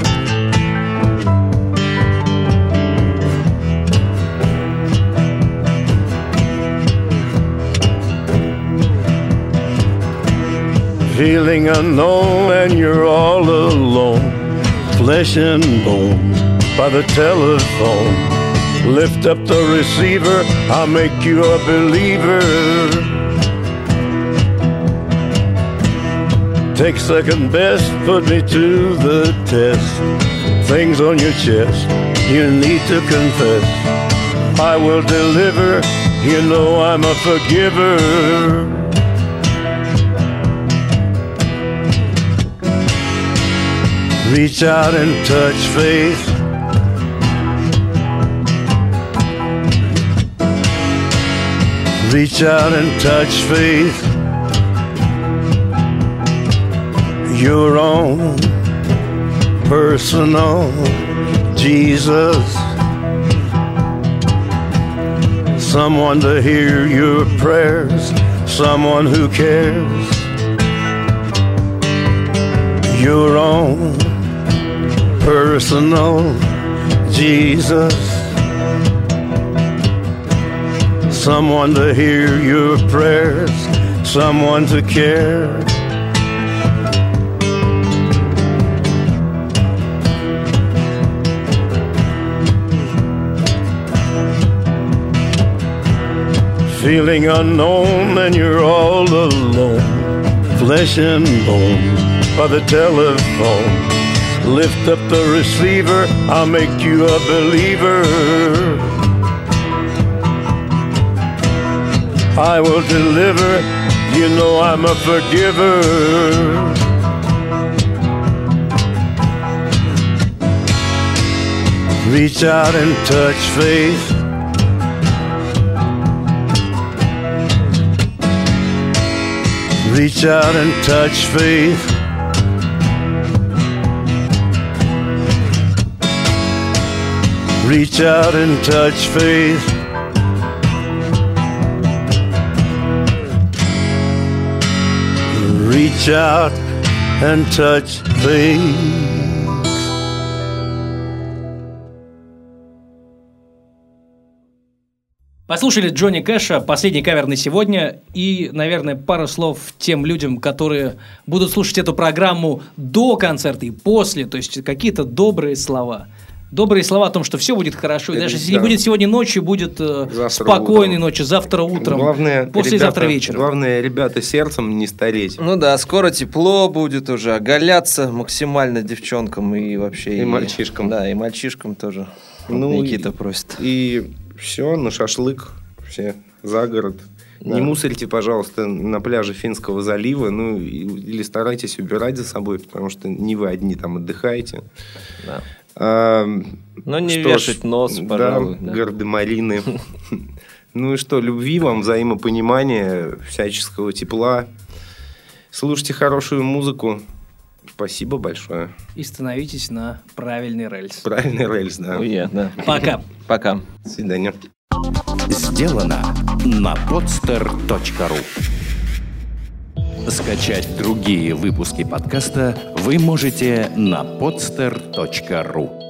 Speaker 8: Feeling unknown and you're all alone, flesh and bone by the telephone. Lift up the receiver, I'll make you a believer. Take second best, put me to the test. Things on your chest, you need to confess. I will deliver, you know I'm a forgiver. Reach out and touch faith. Reach out and touch faith. Your own personal Jesus. Someone to hear your prayers, someone who cares. Your own personal Jesus, someone to hear your prayers, someone to care. Feeling unknown and you're all alone, flesh and bone by the telephone. Lift up the receiver, I'll make you a believer. I will deliver, you know I'm a forgiver. Reach out and touch faith. Reach out and touch faith. Reach out and touch faith. Reach out and touch faith.
Speaker 3: Послушали Джонни Кэша, последний кавер на сегодня. И, наверное, пару слов тем людям, которые будут слушать эту программу до концерта и после. То есть какие-то добрые слова. Добрые слова о том, что все будет хорошо. И даже если не будет сегодня ночью, будет спокойной ночью, завтра утром,
Speaker 4: Главное,
Speaker 3: послезавтра вечером.
Speaker 4: Главное, ребята, сердцем не стареть.
Speaker 5: Ну да, скоро тепло будет уже, оголяться максимально девчонкам и вообще...
Speaker 4: И мальчишкам.
Speaker 5: Да, и мальчишкам тоже.
Speaker 4: Ну,
Speaker 5: Никита просит.
Speaker 4: И все, на шашлык, все за город. Не мусорите, пожалуйста, на пляже Финского залива, ну, или старайтесь убирать за собой, потому что не вы одни там отдыхаете.
Speaker 5: Да. Но не вешать нос, пожалуй.
Speaker 4: Да, гардемарины. Ну и что, любви вам, взаимопонимания, всяческого тепла. Слушайте хорошую музыку. Спасибо большое.
Speaker 3: И становитесь на правильный рельс.
Speaker 4: Правильный рельс, да.
Speaker 5: Да.
Speaker 3: Пока.
Speaker 5: Пока.
Speaker 4: До свидания.
Speaker 1: Сделано на podster.ru. Скачать другие выпуски подкаста вы можете на podster.ru.